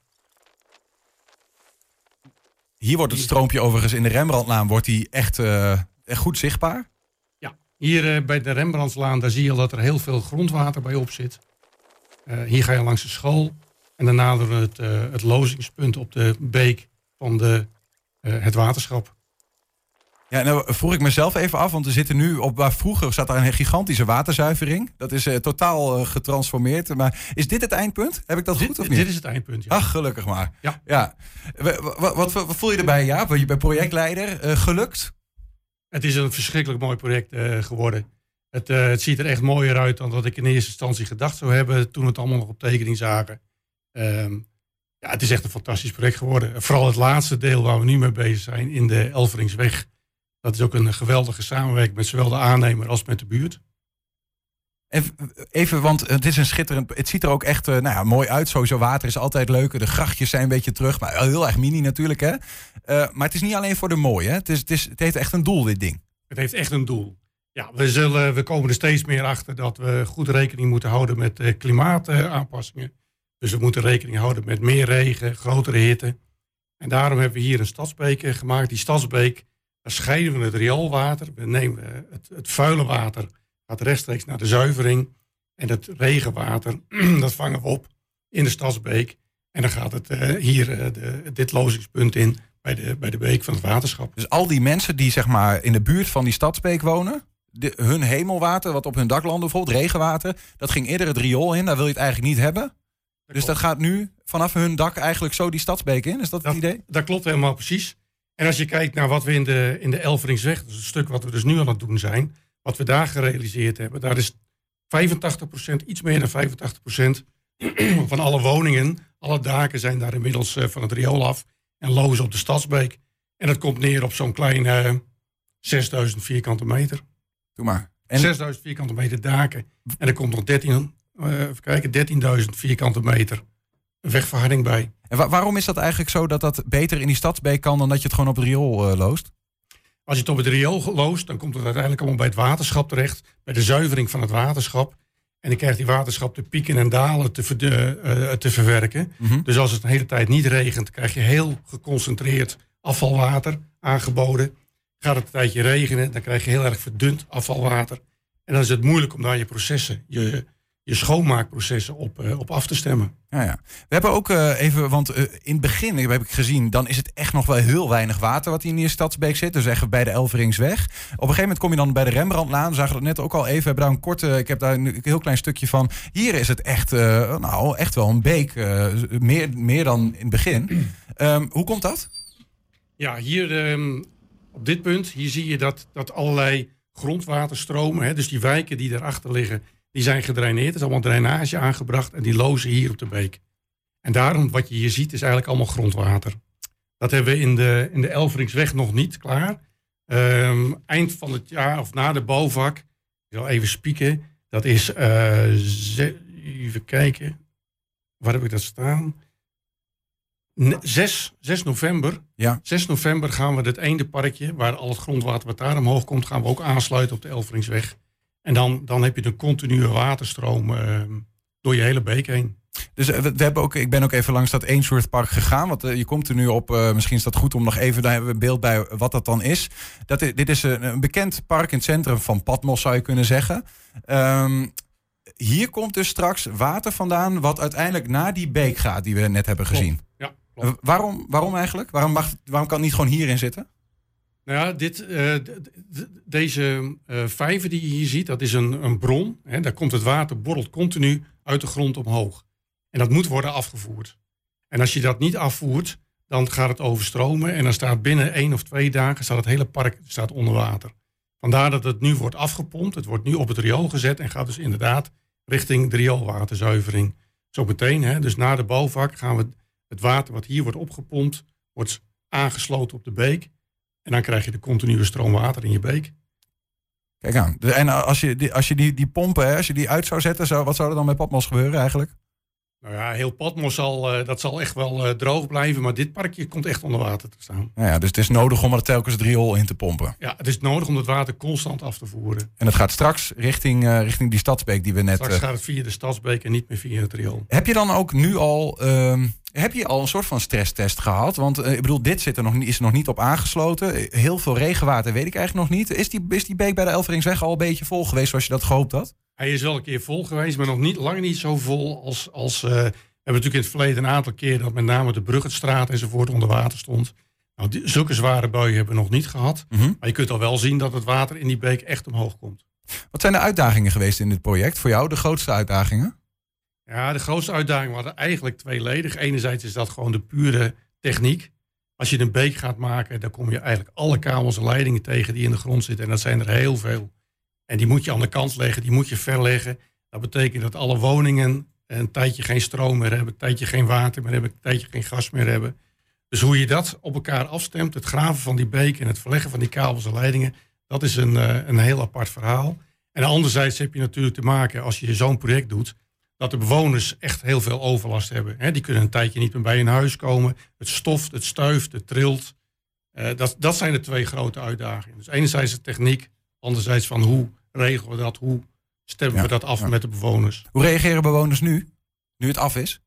Hier wordt het stroompje overigens in de Rembrandtlaan wordt die echt, uh, echt goed zichtbaar. Ja, hier uh, bij de Rembrandtslaan daar zie je al dat er heel veel grondwater bij op zit. Uh, hier ga je langs de school. En daarna naderen we het, uh, het lozingspunt op de beek van de, uh, het waterschap. Ja, nou vroeg ik mezelf even af, want we zitten nu op waar vroeger zat daar een gigantische waterzuivering. Dat is uh, totaal uh, getransformeerd. Maar is dit het eindpunt? Heb ik dat dit, goed of niet? Dit is het eindpunt, ja. Ach, gelukkig maar. Ja. ja. Wat, wat, wat, wat voel je erbij, Jaap? Je bent projectleider. Uh, gelukt? Het is een verschrikkelijk mooi project uh, geworden. Het, uh, het ziet er echt mooier uit dan dat ik in eerste instantie gedacht zou hebben toen we het allemaal nog op tekening zagen. Um, ja, het is echt een fantastisch project geworden. Vooral het laatste deel waar we nu mee bezig zijn in de Elfringsweg. Dat is ook een geweldige samenwerking met zowel de aannemer als met de buurt. Even, want het is een schitterend... Het ziet er ook echt uh, nou ja, mooi uit. Sowieso water is altijd leuk. De grachtjes zijn een beetje terug. Maar heel erg mini natuurlijk, hè. Uh, maar het is niet alleen voor de mooi, hè. Het, is, het, is, het heeft echt een doel, dit ding. Het heeft echt een doel. Ja, we, zullen, we komen er steeds meer achter dat we goed rekening moeten houden met uh, klimaataanpassingen. Dus we moeten rekening houden met meer regen, grotere hitte. En daarom hebben we hier een stadsbeek gemaakt. Die stadsbeek, daar scheiden we het rioolwater. We nemen het, het vuile water, gaat rechtstreeks naar de zuivering. En het regenwater, dat vangen we op in de stadsbeek. En dan gaat het uh, hier uh, de, dit lozingspunt in bij de, bij de beek van het waterschap. Dus al die mensen die zeg maar in de buurt van die stadsbeek wonen, de, hun hemelwater, wat op hun dak landde bijvoorbeeld, regenwater, dat ging eerder het riool in. Daar wil je het eigenlijk niet hebben. Dat dus klopt. Dat gaat nu vanaf hun dak eigenlijk zo die stadsbeek in? Is dat, dat het idee? Dat klopt helemaal precies. En als je kijkt naar wat we in de, in de Elfringsweg, dat is een stuk wat we dus nu aan het doen zijn, wat we daar gerealiseerd hebben, daar is vijfentachtig procent, iets meer dan vijfentachtig procent van alle woningen, alle daken zijn daar inmiddels uh, van het riool af en lozen op de stadsbeek. En dat komt neer op zo'n kleine uh, zesduizend vierkante meter. Doe maar. En... zesduizend vierkante meter daken. En er komt nog dertien, uh, even kijken, dertienduizend vierkante meter wegverharding bij. En wa- waarom is dat eigenlijk zo dat dat beter in die stadsbeek kan dan dat je het gewoon op het riool uh, loost? Als je het op het riool loost, dan komt het uiteindelijk allemaal bij het waterschap terecht. Bij de zuivering van het waterschap. En dan krijgt die waterschap de pieken en dalen te, ver, uh, te verwerken. Mm-hmm. Dus als het de hele tijd niet regent, krijg je heel geconcentreerd afvalwater aangeboden. Gaat het een tijdje regenen, dan krijg je heel erg verdund afvalwater. En dan is het moeilijk om daar je processen, je, je schoonmaakprocessen op, uh, op af te stemmen. Ja, ja. We hebben ook uh, even, want uh, in het begin heb ik gezien, dan is het echt nog wel heel weinig water wat hier in die stadsbeek zit. Dus echt bij de Elfringsweg. Op een gegeven moment kom je dan bij de Rembrandtlaan. We zagen dat net ook al even. We hebben daar een korte, ik heb daar een heel klein stukje van. Hier is het echt, uh, nou, echt wel een beek. Uh, meer, meer dan in het begin. Um, hoe komt dat? Ja, hier um, op dit punt, hier zie je dat, dat allerlei grondwaterstromen, hè, dus die wijken die daarachter liggen, die zijn gedraineerd. Er is allemaal drainage aangebracht en die lozen hier op de beek. En daarom, wat je hier ziet, is eigenlijk allemaal grondwater. Dat hebben we in de, in de Elfringsweg nog niet klaar. Um, eind van het jaar, of na de bouwvak, ik zal even spieken, dat is, uh, ze, even kijken, waar heb ik dat staan? zes november. Ja. zes november gaan we het ene parkje, waar al het grondwater wat daar omhoog komt, gaan we ook aansluiten op de Elfringsweg. En dan, dan heb je een continue waterstroom uh, door je hele beek heen. Dus uh, we, we hebben ook, ik ben ook even langs dat Eemsworthpark gegaan. Want uh, je komt er nu op, uh, misschien is dat goed om nog even, daar hebben we een beeld bij wat dat dan is. Dat, dit is een, een bekend park in het centrum van Patmos, zou je kunnen zeggen. Um, hier komt dus straks water vandaan wat uiteindelijk naar die beek gaat die we net hebben gezien. Klopt. Ja, klopt. Uh, waarom, waarom eigenlijk? Waarom, mag, waarom kan het niet gewoon hierin zitten? Nou ja, dit, uh, d- d- deze uh, vijver die je hier ziet, dat is een, een bron. Hè, daar komt het water, borrelt continu uit de grond omhoog. En dat moet worden afgevoerd. En als je dat niet afvoert, dan gaat het overstromen. En dan staat binnen één of twee dagen staat het hele park staat onder water. Vandaar dat het nu wordt afgepompt. Het wordt nu op het riool gezet en gaat dus inderdaad richting de rioolwaterzuivering. Zo meteen, hè, dus na de bouwvak gaan we het water wat hier wordt opgepompt, wordt aangesloten op de beek. En dan krijg je de continue stroom water in je beek. Kijk aan. En als je die, als je die, die pompen, hè, als je die uit zou zetten, zou, wat zou er dan met Patmos gebeuren eigenlijk? Nou ja, heel Patmos zal, uh, dat zal echt wel uh, droog blijven. Maar dit parkje komt echt onder water te staan. Nou ja, dus het is nodig om er telkens het riool in te pompen. Ja, het is nodig om het water constant af te voeren. En het gaat straks richting, uh, richting die stadsbeek die we net... Straks gaat het via de stadsbeek en niet meer via het riool. Heb je dan ook nu al... Uh, heb je al een soort van stresstest gehad? Want uh, ik bedoel, dit zit er nog niet, is er nog niet op aangesloten. Heel veel regenwater weet ik eigenlijk nog niet. Is die, is die beek bij de Elferingsweg al een beetje vol geweest zoals je dat gehoopt had? Hij is wel een keer vol geweest, maar nog niet, lang niet zo vol als... als uh, we hebben natuurlijk in het verleden een aantal keer dat met name de Bruggetstraat enzovoort onder water stond. Nou, die, zulke zware buien hebben we nog niet gehad. Mm-hmm. Maar je kunt al wel zien dat het water in die beek echt omhoog komt. Wat zijn de uitdagingen geweest in dit project? Voor jou de grootste uitdagingen? Ja, de grootste uitdagingen waren eigenlijk tweeledig. Enerzijds is dat gewoon de pure techniek. Als je een beek gaat maken, dan kom je eigenlijk alle kabels en leidingen tegen die in de grond zitten. En dat zijn er heel veel. En die moet je aan de kant leggen, die moet je verleggen. Dat betekent dat alle woningen een tijdje geen stroom meer hebben, een tijdje geen water meer hebben, een tijdje geen gas meer hebben. Dus hoe je dat op elkaar afstemt, het graven van die beek en het verleggen van die kabels en leidingen, dat is een, een heel apart verhaal. En anderzijds heb je natuurlijk te maken, als je zo'n project doet, dat de bewoners echt heel veel overlast hebben. He, die kunnen een tijdje niet meer bij hun huis komen. Het stoft, het stuift, het trilt. Uh, dat, dat zijn de twee grote uitdagingen. Dus enerzijds de techniek, anderzijds van hoe regelen we dat, hoe stemmen ja, we dat af ja. met de bewoners. Hoe reageren bewoners nu, nu het af is?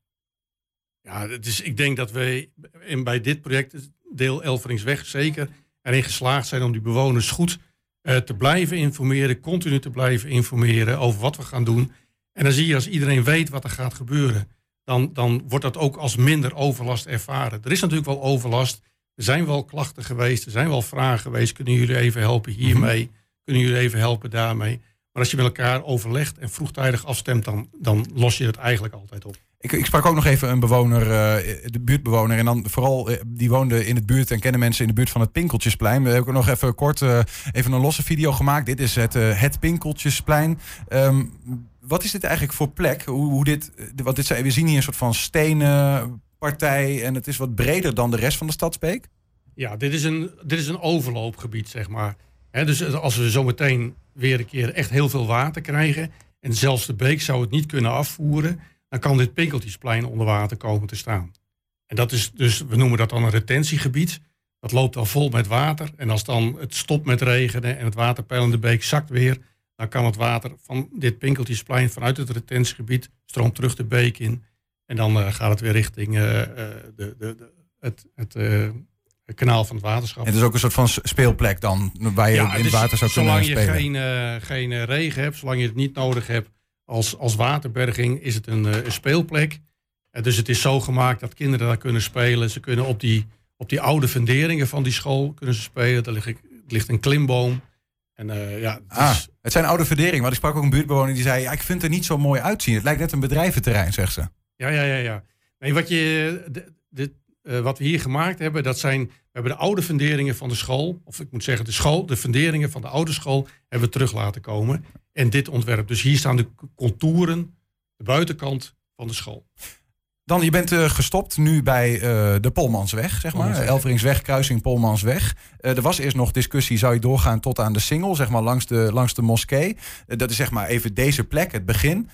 Ja, het is, ik denk dat wij in, bij dit project, deel Elferingsweg, zeker erin geslaagd zijn om die bewoners goed uh, te blijven informeren, continu te blijven informeren over wat we gaan doen. En dan zie je, als iedereen weet wat er gaat gebeuren, dan, dan wordt dat ook als minder overlast ervaren. Er is natuurlijk wel overlast, er zijn wel klachten geweest, er zijn wel vragen geweest. Kunnen jullie even helpen hiermee? Mm-hmm. Kunnen jullie even helpen daarmee? Maar als je met elkaar overlegt en vroegtijdig afstemt, dan, dan los je het eigenlijk altijd op. Ik, ik sprak ook nog even een bewoner, uh, de buurtbewoner. En dan vooral, uh, die woonde in het buurt en kennen mensen in de buurt van het Pinkeltjesplein. We hebben ook nog even kort uh, even een losse video gemaakt. Dit is het, uh, het Pinkeltjesplein. Um, wat is dit eigenlijk voor plek? Hoe, hoe dit, want dit zijn, we zien hier een soort van stenen partij en het is wat breder dan de rest van de Stadsbeek. Ja, dit is een, dit is een overloopgebied, zeg maar. He, dus als we zometeen weer een keer echt heel veel water krijgen en zelfs de beek zou het niet kunnen afvoeren, dan kan dit Pinkeltjesplein onder water komen te staan. En dat is dus, we noemen dat dan een retentiegebied. Dat loopt al vol met water. En als dan het stopt met regenen en het waterpeil in de beek zakt weer, dan kan het water van dit Pinkeltjesplein vanuit het retentiegebied stroomt terug de beek in. En dan uh, gaat het weer richting uh, de, de, de, het, het, uh, het kanaal van het waterschap. En het is ook een soort van speelplek dan, waar je ja, in het water zou kunnen spelen. Zolang je geen, uh, geen uh, regen hebt, zolang je het niet nodig hebt als, als waterberging, is het een, uh, een speelplek. Uh, dus het is zo gemaakt dat kinderen daar kunnen spelen. Ze kunnen op die, op die oude funderingen van die school kunnen ze spelen. Er ligt, er ligt een klimboom. En, uh, ja, het, ah, is... het zijn oude funderingen, want ik sprak ook een buurtbewoner die zei, ja, ik vind het er niet zo mooi uitzien. Het lijkt net een bedrijventerrein, zegt ze. Ja, ja, ja. ja. Nee, wat, je, de, de, uh, wat we hier gemaakt hebben, dat zijn, we hebben de oude funderingen van de school, of ik moet zeggen de school, de funderingen van de oude school hebben we terug laten komen. En dit ontwerp. Dus hier staan de contouren, de buitenkant van de school. Dan, je bent uh, gestopt nu bij uh, de Polmansweg, zeg maar. Elferingsweg, kruising Polmansweg. Uh, er was eerst nog discussie, zou je doorgaan tot aan de Singel, zeg maar, langs de, langs de moskee. Uh, dat is zeg maar even deze plek, het begin. Uh,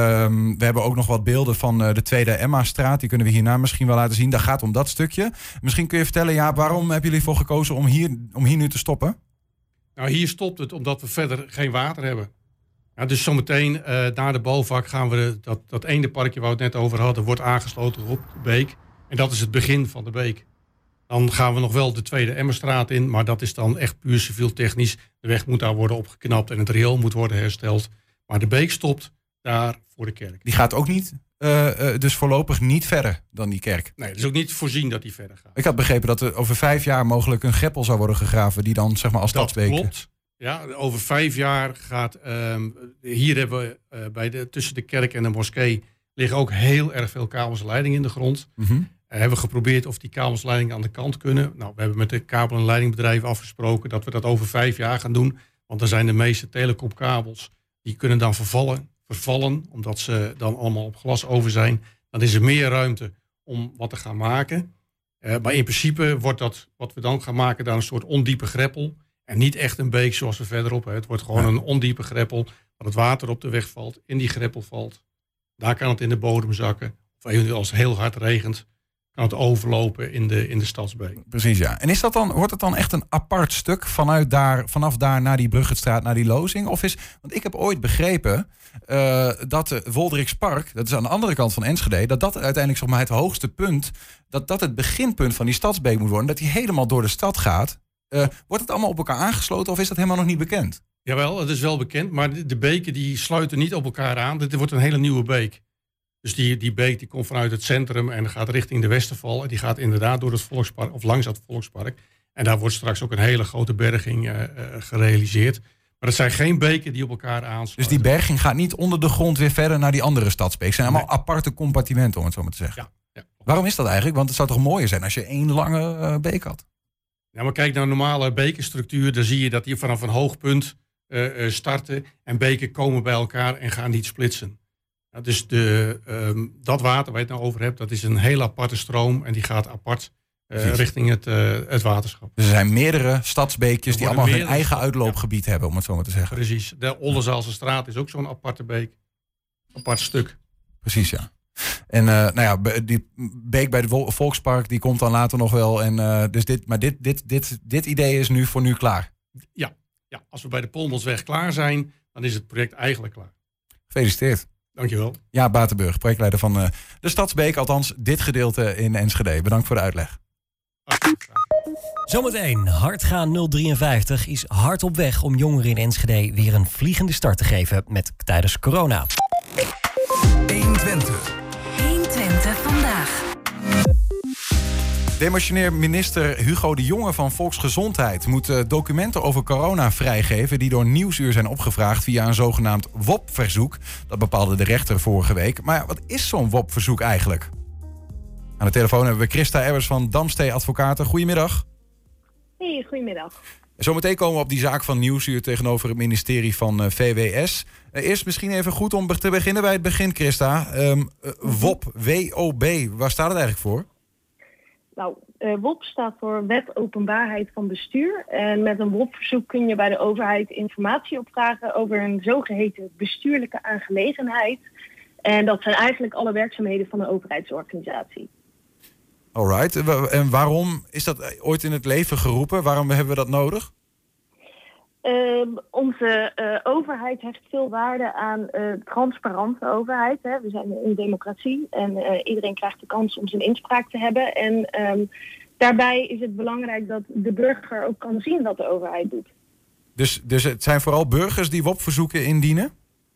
we hebben ook nog wat beelden van uh, de Tweede Emma-straat. Die kunnen we hierna misschien wel laten zien. Dat gaat om dat stukje. Misschien kun je vertellen, ja, waarom hebben jullie voor gekozen om hier, om hier nu te stoppen? Nou, hier stopt het omdat we verder geen water hebben. Ja, dus zometeen uh, na de bouwvak gaan we de, dat, dat ene parkje waar we het net over hadden, wordt aangesloten op de beek. En dat is het begin van de beek. Dan gaan we nog wel de Tweede Emmerstraat in, maar dat is dan echt puur civiel technisch. De weg moet daar worden opgeknapt en het riool moet worden hersteld. Maar de beek stopt daar voor de kerk. Die gaat ook niet, uh, uh, dus voorlopig niet verder dan die kerk? Nee, het is ook niet voorzien dat die verder gaat. Ik had begrepen dat er over vijf jaar mogelijk een greppel zou worden gegraven die dan zeg maar als stadsbeek... Dat klopt. Ja, over vijf jaar gaat... Um, hier hebben we uh, bij de, tussen de kerk en de moskee liggen ook heel erg veel kabels en leidingen in de grond. Mm-hmm. Uh, hebben we geprobeerd of die kabels en leidingen aan de kant kunnen. Nou, we hebben met de kabel- en leidingbedrijven afgesproken dat we dat over vijf jaar gaan doen. Want dan zijn de meeste telecomkabels, die kunnen dan vervallen, vervallen, omdat ze dan allemaal op glas over zijn. Dan is er meer ruimte om wat te gaan maken. Uh, maar in principe wordt dat, wat we dan gaan maken, daar een soort ondiepe greppel. En niet echt een beek zoals we verderop hebben. Het wordt gewoon een ondiepe greppel, waar het water op de weg valt, in die greppel valt. Daar kan het in de bodem zakken. Of eventueel als het heel hard regent, kan het overlopen in de, in de stadsbeek. Precies, ja. En is dat dan, wordt het dan echt een apart stuk vanuit daar, vanaf daar naar die Bruggetstraat, naar die lozing? Of is, want ik heb ooit begrepen uh, dat de Wolderikspark, dat is aan de andere kant van Enschede, dat dat uiteindelijk zeg maar, het hoogste punt, dat dat het beginpunt van die stadsbeek moet worden, dat die helemaal door de stad gaat. Uh, wordt het allemaal op elkaar aangesloten of is dat helemaal nog niet bekend? Jawel, het is wel bekend, maar de, de beken die sluiten niet op elkaar aan. Dit wordt een hele nieuwe beek. Dus die, die beek die komt vanuit het centrum en gaat richting de Westerval. En die gaat inderdaad door het Volkspark, of langs het Volkspark. En daar wordt straks ook een hele grote berging uh, uh, gerealiseerd. Maar het zijn geen beken die op elkaar aansluiten. Dus die berging gaat niet onder de grond weer verder naar die andere stadsbeek. Het zijn allemaal nee. aparte compartimenten, om het zo maar te zeggen. Ja, ja. Waarom is dat eigenlijk? Want het zou toch mooier zijn als je één lange uh, beek had? Ja, maar kijk naar een normale bekenstructuur. Dan zie je dat die vanaf een hoog punt uh, uh, starten. En beken komen bij elkaar en gaan niet splitsen. Ja, dus de, um, dat water waar je het nou over hebt, dat is een hele aparte stroom. En die gaat apart uh, richting het, uh, het waterschap. Dus er zijn meerdere stadsbeekjes die allemaal hun eigen stad, uitloopgebied ja. hebben, om het zo maar te zeggen. Precies. De Oldenzaalse straat is ook zo'n aparte beek. Apart stuk. Precies, ja. En uh, nou ja, die beek bij het Volkspark, die komt dan later nog wel. En, uh, dus dit, maar dit, dit, dit, dit idee is nu voor nu klaar. Ja, ja, als we bij de Polmonsweg klaar zijn, dan is het project eigenlijk klaar. Gefeliciteerd. Dankjewel. Ja, Batenburg, projectleider van uh, de Stadsbeek. Althans, dit gedeelte in Enschede. Bedankt voor de uitleg. Zometeen, Hardgaan nul drieënvijftig is hard op weg om jongeren in Enschede weer een vliegende start te geven met tijdens corona. honderdtwintig. honderdtwintig vandaag. Demissionair minister Hugo de Jonge van Volksgezondheid moet uh, documenten over corona vrijgeven die door Nieuwsuur zijn opgevraagd via een zogenaamd W O P-verzoek. Dat bepaalde de rechter vorige week. Maar ja, wat is zo'n W O P-verzoek eigenlijk? Aan de telefoon hebben we Christa Ebbers van Damstee Advocaten. Goedemiddag. Hey, goedemiddag. Zometeen komen we op die zaak van Nieuwsuur tegenover het ministerie van uh, V W S. Uh, eerst misschien even goed om te beginnen bij het begin, Christa. Um, uh, W O P, W O B, waar staat het eigenlijk voor? Nou, uh, W O P staat voor Wet Openbaarheid van Bestuur. En met een W O P-verzoek kun je bij de overheid informatie opvragen over een zogeheten bestuurlijke aangelegenheid. En dat zijn eigenlijk alle werkzaamheden van een overheidsorganisatie. Alright. En waarom is dat ooit in het leven geroepen? Waarom hebben we dat nodig? Uh, onze uh, overheid hecht veel waarde aan uh, transparante overheid. Hè. We zijn een democratie en uh, iedereen krijgt de kans om zijn inspraak te hebben. En um, daarbij is het belangrijk dat de burger ook kan zien wat de overheid doet. Dus, dus het zijn vooral burgers die W O P-verzoeken indienen?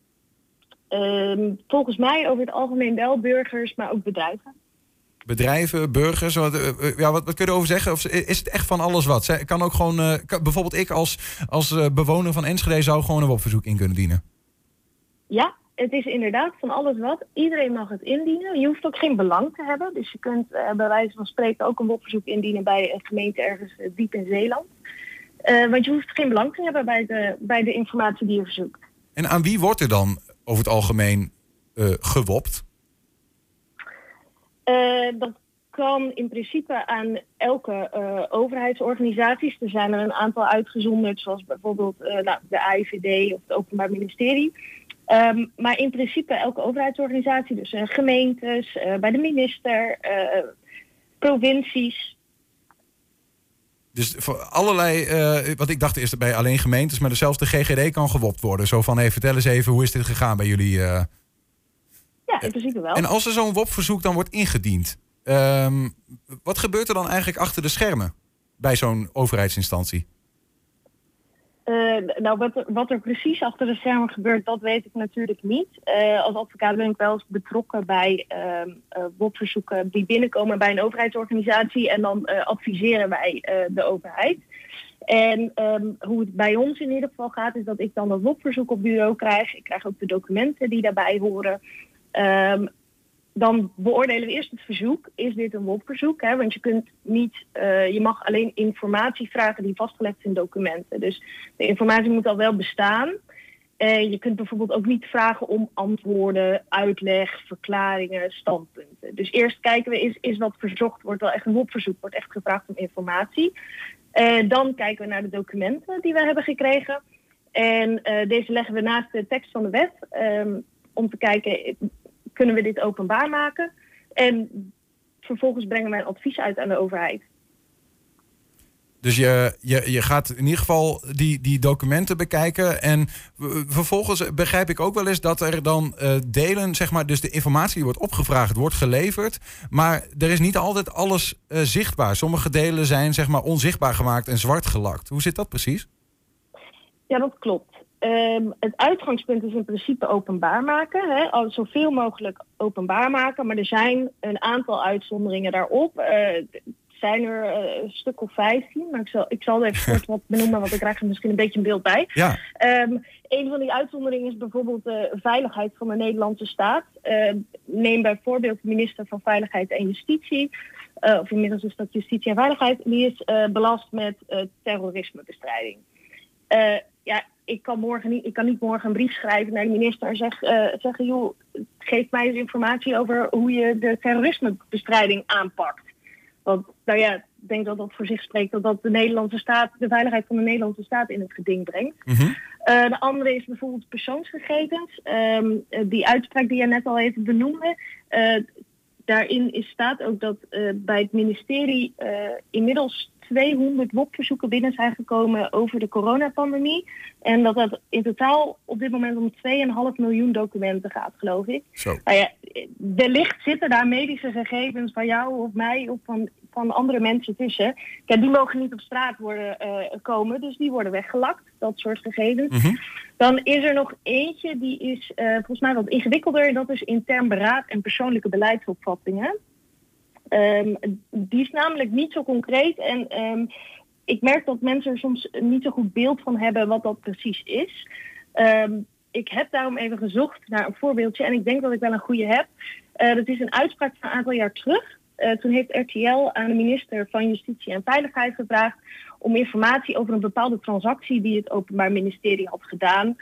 Uh, volgens mij over het algemeen wel burgers, maar ook bedrijven. Bedrijven, burgers, wat, uh, ja, wat, wat kun je erover zeggen? Of is het echt van alles wat? Kan ook gewoon, uh, kan, bijvoorbeeld ik als, als uh, bewoner van Enschede zou gewoon een W O P-verzoek in kunnen dienen? Ja, het is inderdaad van alles wat. Iedereen mag het indienen. Je hoeft ook geen belang te hebben. Dus je kunt uh, bij wijze van spreken ook een W O P-verzoek indienen bij een gemeente ergens uh, diep in Zeeland. Uh, want je hoeft geen belang te hebben bij de, bij de informatie die je verzoekt. En aan wie wordt er dan over het algemeen uh, gewopt? Uh, dat kan in principe aan elke uh, overheidsorganisaties. Er zijn er een aantal uitgezonderd, zoals bijvoorbeeld uh, nou, de A I V D of het Openbaar Ministerie. Um, maar in principe elke overheidsorganisatie, dus uh, gemeentes, uh, bij de minister, uh, provincies. Dus voor allerlei, uh, wat ik dacht eerst bij alleen gemeentes, maar zelfs de G G D kan gewopt worden. Zo van, hey, vertel eens even, hoe is dit gegaan bij jullie? Uh... Ja, in principe wel. En als er zo'n W O P-verzoek dan wordt ingediend, um, wat gebeurt er dan eigenlijk achter de schermen bij zo'n overheidsinstantie? Uh, nou, wat er, wat er precies achter de schermen gebeurt, dat weet ik natuurlijk niet. Uh, als advocaat ben ik wel eens betrokken bij uh, uh, W O P-verzoeken die binnenkomen bij een overheidsorganisatie. En dan uh, adviseren wij uh, de overheid. En um, hoe het bij ons in ieder geval gaat, is dat ik dan dat W O P-verzoek op bureau krijg. Ik krijg ook de documenten die daarbij horen. Um, Dan beoordelen we eerst het verzoek. Is dit een W O P-verzoek? Hè? Want je kunt niet, uh, je mag alleen informatie vragen die vastgelegd is in documenten. Dus de informatie moet al wel bestaan. Uh, je kunt bijvoorbeeld ook niet vragen om antwoorden, uitleg, verklaringen, standpunten. Dus eerst kijken we, is, is wat verzocht, wordt wel echt een W O P-verzoek, wordt echt gevraagd om informatie. Uh, dan kijken we naar de documenten die we hebben gekregen. En uh, deze leggen we naast de tekst van de wet um, om te kijken, kunnen we dit openbaar maken? En vervolgens brengen wij een advies uit aan de overheid. Dus je, je, je gaat in ieder geval die, die documenten bekijken. En vervolgens begrijp ik ook wel eens dat er dan uh, delen, zeg maar, dus de informatie die wordt opgevraagd, wordt geleverd. Maar er is niet altijd alles uh, zichtbaar. Sommige delen zijn, zeg maar, onzichtbaar gemaakt en zwart gelakt. Hoe zit dat precies? Ja, dat klopt. Um, het uitgangspunt is in principe openbaar maken. Hè? Al zoveel mogelijk openbaar maken. Maar er zijn een aantal uitzonderingen daarop. Uh, zijn er uh, een stuk of vijftien. Maar ik zal, ik zal er even kort wat benoemen, want ik krijg er misschien een beetje een beeld bij. Ja. Um, een van die uitzonderingen is bijvoorbeeld de veiligheid van de Nederlandse staat. Uh, neem bijvoorbeeld de minister van Veiligheid en Justitie. Uh, of inmiddels is dat Justitie en Veiligheid. Die is uh, belast met uh, terrorismebestrijding. Uh, ja, ik kan, morgen niet, ik kan niet morgen een brief schrijven naar de minister en zeg, uh, zeggen, joh, geef mij eens informatie over hoe je de terrorismebestrijding aanpakt. Want, nou ja, ik denk dat dat voor zich spreekt dat dat de Nederlandse staat, de veiligheid van de Nederlandse staat in het geding brengt. Mm-hmm. Uh, de andere is bijvoorbeeld persoonsgegevens. Um, die uitspraak die je net al even benoemde. Uh, daarin is, staat ook dat uh, bij het ministerie uh, inmiddels tweehonderd W O P-verzoeken binnen zijn gekomen over de coronapandemie. En dat dat in totaal op dit moment om twee komma vijf miljoen documenten gaat, geloof ik. Zo. Nou ja, wellicht zitten daar medische gegevens van jou of mij of van, van andere mensen tussen. Ja, die mogen niet op straat worden uh, komen, dus die worden weggelakt, dat soort gegevens. Mm-hmm. Dan is er nog eentje, die is uh, volgens mij wat ingewikkelder. Dat is intern beraad en persoonlijke beleidsopvattingen. Um, die is namelijk niet zo concreet en um, ik merk dat mensen er soms niet zo goed beeld van hebben wat dat precies is. Um, ik heb daarom even gezocht naar een voorbeeldje en ik denk dat ik wel een goede heb. Uh, dat is een uitspraak van een aantal jaar terug. Uh, toen heeft R T L aan de minister van Justitie en Veiligheid gevraagd om informatie over een bepaalde transactie die het Openbaar Ministerie had gedaan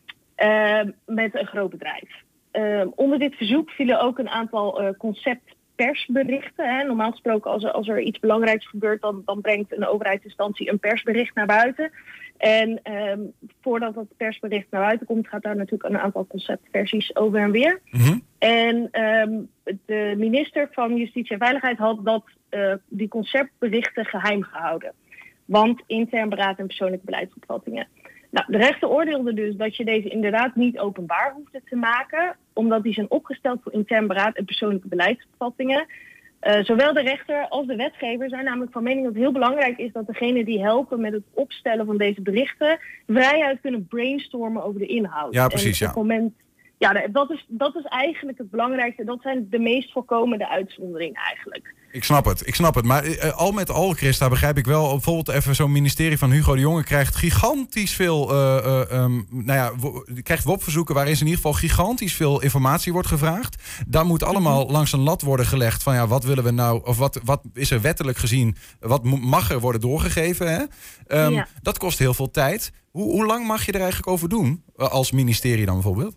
uh, met een groot bedrijf. Uh, onder dit verzoek vielen ook een aantal uh, concept persberichten. Hè. Normaal gesproken als er, als er iets belangrijks gebeurt, dan, dan brengt een overheidsinstantie een persbericht naar buiten. En um, voordat dat persbericht naar buiten komt, gaat daar natuurlijk een aantal conceptversies over en weer. Mm-hmm. En um, de minister van Justitie en Veiligheid had dat, uh, die conceptberichten geheim gehouden. Want intern beraad en persoonlijke beleidsopvattingen. Nou, de rechter oordeelde dus dat je deze inderdaad niet openbaar hoefde te maken, omdat die zijn opgesteld voor intern beraad en persoonlijke beleidsopvattingen. Uh, zowel de rechter als de wetgever zijn namelijk van mening dat het heel belangrijk is dat degenen die helpen met het opstellen van deze berichten vrijuit kunnen brainstormen over de inhoud. Ja, precies, en op het ja. moment, ja, dat is, dat is eigenlijk het belangrijkste. Dat zijn de meest voorkomende uitzonderingen eigenlijk. Ik snap het, ik snap het. Maar uh, al met al, Christa, begrijp ik wel. Bijvoorbeeld even zo'n ministerie van Hugo de Jonge krijgt gigantisch veel, uh, uh, um, nou ja, wo- krijgt W O P-verzoeken waarin in ieder geval gigantisch veel informatie wordt gevraagd. Daar moet allemaal mm-hmm. langs een lat worden gelegd van ja, wat willen we nou, of wat, wat is er wettelijk gezien, wat mag er worden doorgegeven, hè? Um, Ja. Dat kost heel veel tijd. Hoe, hoe lang mag je er eigenlijk over doen, uh, als ministerie dan bijvoorbeeld?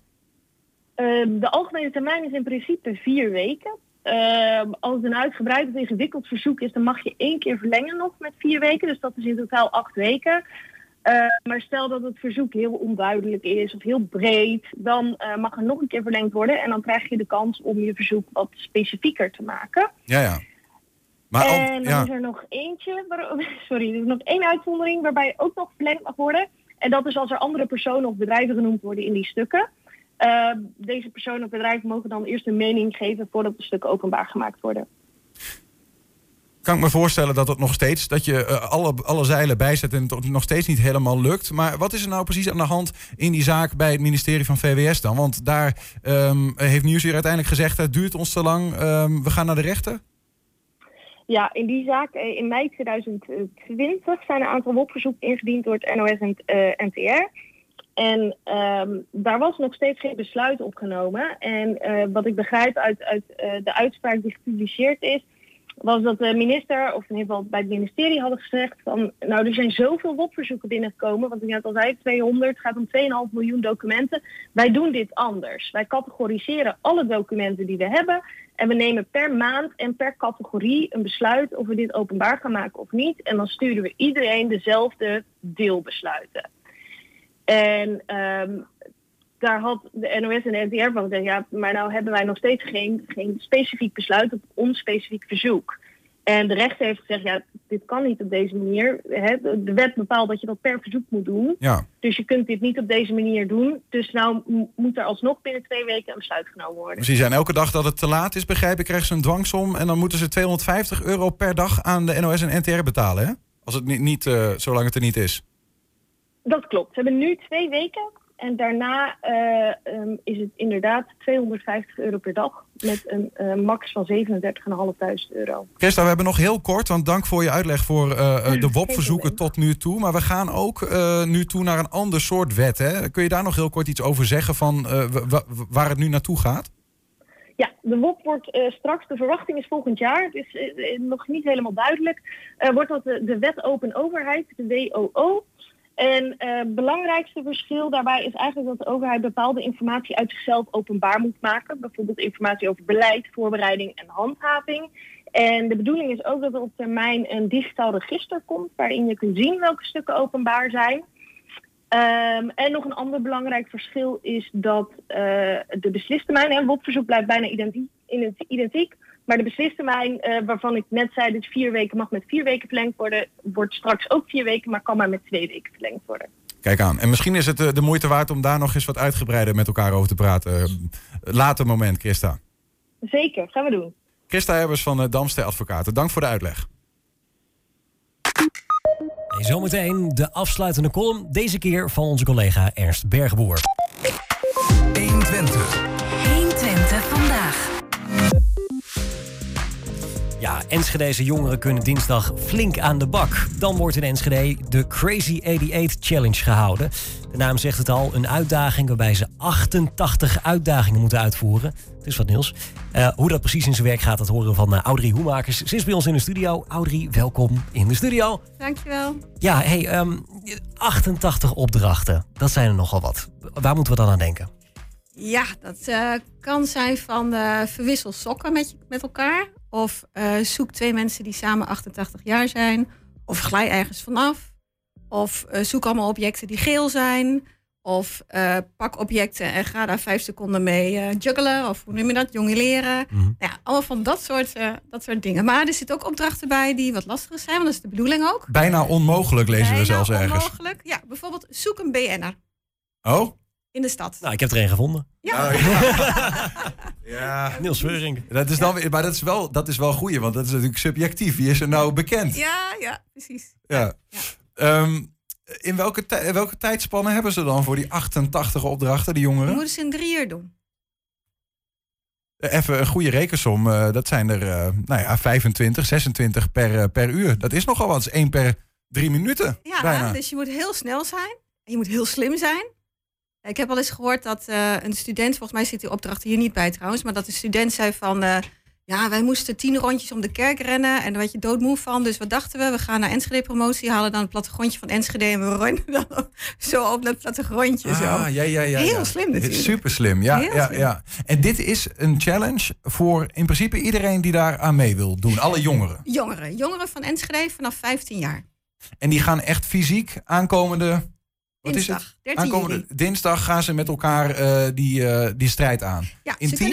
Uh, de algemene termijn is in principe vier weken. Uh, als het een uitgebreid of ingewikkeld verzoek is, dan mag je één keer verlengen nog met vier weken. Dus dat is in totaal acht weken. Uh, maar stel dat het verzoek heel onduidelijk is of heel breed, dan uh, mag er nog een keer verlengd worden. En dan krijg je de kans om je verzoek wat specifieker te maken. Ja, ja. Maar ook, en dan ja. is er nog eentje, waar, sorry, er is nog één uitzondering waarbij ook nog verlengd mag worden. En dat is als er andere personen of bedrijven genoemd worden in die stukken. Uh, deze personen of bedrijven mogen dan eerst een mening geven voordat de stukken openbaar gemaakt worden. Kan ik me voorstellen dat het nog steeds, dat je uh, alle, alle zeilen bijzet en het nog steeds niet helemaal lukt. Maar wat is er nou precies aan de hand in die zaak bij het ministerie van V W S dan? Want daar um, heeft Nieuwsuur uiteindelijk gezegd, het duurt ons te lang, um, we gaan naar de rechter. Ja, in die zaak, in mei tweeduizend twintig zijn een aantal W O P-verzoeken ingediend door het N O S en uh, N T R. En um, daar was nog steeds geen besluit opgenomen. En uh, wat ik begrijp uit, uit uh, de uitspraak die gepubliceerd is, was dat de minister, of in ieder geval bij het ministerie, hadden gezegd van, nou, er zijn zoveel W O P-verzoeken binnengekomen, want ik net al zei, tweehonderd, het gaat om twee komma vijf miljoen documenten. Wij doen dit anders. Wij categoriseren alle documenten die we hebben en we nemen per maand en per categorie een besluit of we dit openbaar gaan maken of niet. En dan sturen we iedereen dezelfde deelbesluiten. En um, daar had de N O S en de N T R van gezegd, ja, maar nou hebben wij nog steeds geen, geen specifiek besluit op ons specifiek verzoek. En de rechter heeft gezegd, ja, dit kan niet op deze manier. Hè? De wet bepaalt dat je dat per verzoek moet doen. Ja. Dus je kunt dit niet op deze manier doen. Dus nou moet er alsnog binnen twee weken een besluit genomen worden. Precies, en elke dag dat het te laat is, begrijp ik, krijgen ze een dwangsom. En dan moeten ze tweehonderdvijftig euro per dag aan de N O S en N T R betalen, hè? Als het niet, niet uh, zolang het er niet is. Dat klopt. Ze hebben nu twee weken. En daarna uh, um, is het inderdaad tweehonderdvijftig euro per dag met een uh, max van zevenendertigduizend vijfhonderd euro. Christa, we hebben nog heel kort, want dank voor je uitleg voor uh, de W O P-verzoeken tot nu toe. Maar we gaan ook uh, nu toe naar een ander soort wet. Hè? Kun je daar nog heel kort iets over zeggen van uh, w- w- waar het nu naartoe gaat? Ja, de W O P wordt uh, straks, de verwachting is volgend jaar, het is uh, nog niet helemaal duidelijk, uh, wordt dat de, de wet Open Overheid, de W O O. En het uh, belangrijkste verschil daarbij is eigenlijk dat de overheid bepaalde informatie uit zichzelf openbaar moet maken. Bijvoorbeeld informatie over beleid, voorbereiding en handhaving. En de bedoeling is ook dat er op termijn een digitaal register komt waarin je kunt zien welke stukken openbaar zijn. Um, en nog een ander belangrijk verschil is dat uh, de beslistermijn, hè, W O P-verzoek blijft bijna identiek, identiek. Maar de beslistermijn, uh, waarvan ik net zei dat vier weken mag met vier weken verlengd worden, wordt straks ook vier weken, maar kan maar met twee weken verlengd worden. Kijk aan. En misschien is het uh, de moeite waard om daar nog eens wat uitgebreider met elkaar over te praten. Uh, later moment, Christa. Zeker, gaan we doen. Christa Herbers van uh, Damster Advocaten. Dank voor de uitleg. En zometeen de afsluitende column, deze keer van onze collega Ernst Bergeboer. honderdtwintig. honderdtwintig vandaag. Ja, Enschedese jongeren kunnen dinsdag flink aan de bak. Dan wordt in Enschede de Crazy achtentachtig Challenge gehouden. De naam zegt het al, een uitdaging waarbij ze achtentachtig uitdagingen moeten uitvoeren. Het is wat nieuws. Uh, hoe dat precies in zijn werk gaat, dat horen we van uh, Audrey Hoemakers. Ze is bij ons in de studio. Audrey, welkom in de studio. Dankjewel. Ja, hey, um, achtentachtig opdrachten. Dat zijn er nogal wat. Waar moeten we dan aan denken? Ja, dat uh, kan zijn van uh, verwissel sokken met, met elkaar. Of uh, zoek twee mensen die samen achtentachtig jaar zijn. Of glij ergens vanaf. Of uh, zoek allemaal objecten die geel zijn. Of uh, pak objecten en ga daar vijf seconden mee uh, juggelen. Of hoe noem je dat? Jongleren. Mm-hmm. Nou ja, allemaal van dat soort, uh, dat soort dingen. Maar er zitten ook opdrachten bij die wat lastiger zijn. Want dat is de bedoeling ook. Bijna onmogelijk lezen Bijna we zelfs ergens. Bijna onmogelijk. Ja, bijvoorbeeld zoek een B N'er. Oh? In de stad. Nou, ik heb er een gevonden. Ja. Oh, ja. ja. Niels Veurink. Dat is dan, maar dat is wel, dat is wel goeie, want dat is natuurlijk subjectief. Wie is er nou bekend? Ja, ja, precies. Ja. ja. Um, in welke, tij, welke tijdspannen hebben ze dan voor die achtentachtig opdrachten, die jongeren? Die moeten ze in drie uur doen. Even een goede rekensom. Uh, dat zijn er uh, nou ja, vijfentwintig, zesentwintig per, uh, per uur. Dat is nogal wat. Dat is één per drie minuten. Ja, bijna. Dus je moet heel snel zijn. En je moet heel slim zijn. Ik heb al eens gehoord dat uh, een student, volgens mij zit die opdracht hier niet bij trouwens, maar dat een student zei van, uh, ja, wij moesten tien rondjes om de kerk rennen en daar werd je doodmoe van. Dus wat dachten we? We gaan naar Enschede promotie, halen dan het plattegrondje van Enschede en we rennen dan zo op dat plattegrondje. Ah, zo. Ja, ja, ja, Heel ja. slim natuurlijk. Super slim, ja, Heel ja, slim. ja. En dit is een challenge voor in principe iedereen die daar aan mee wil doen. Alle jongeren. Jongeren. Jongeren van Enschede vanaf vijftien jaar. En die gaan echt fysiek aankomende... Wat dinsdag, is het? Aankomende juli. dinsdag gaan ze met elkaar uh, die, uh, die strijd aan. Ja, in ze teams? Kunnen,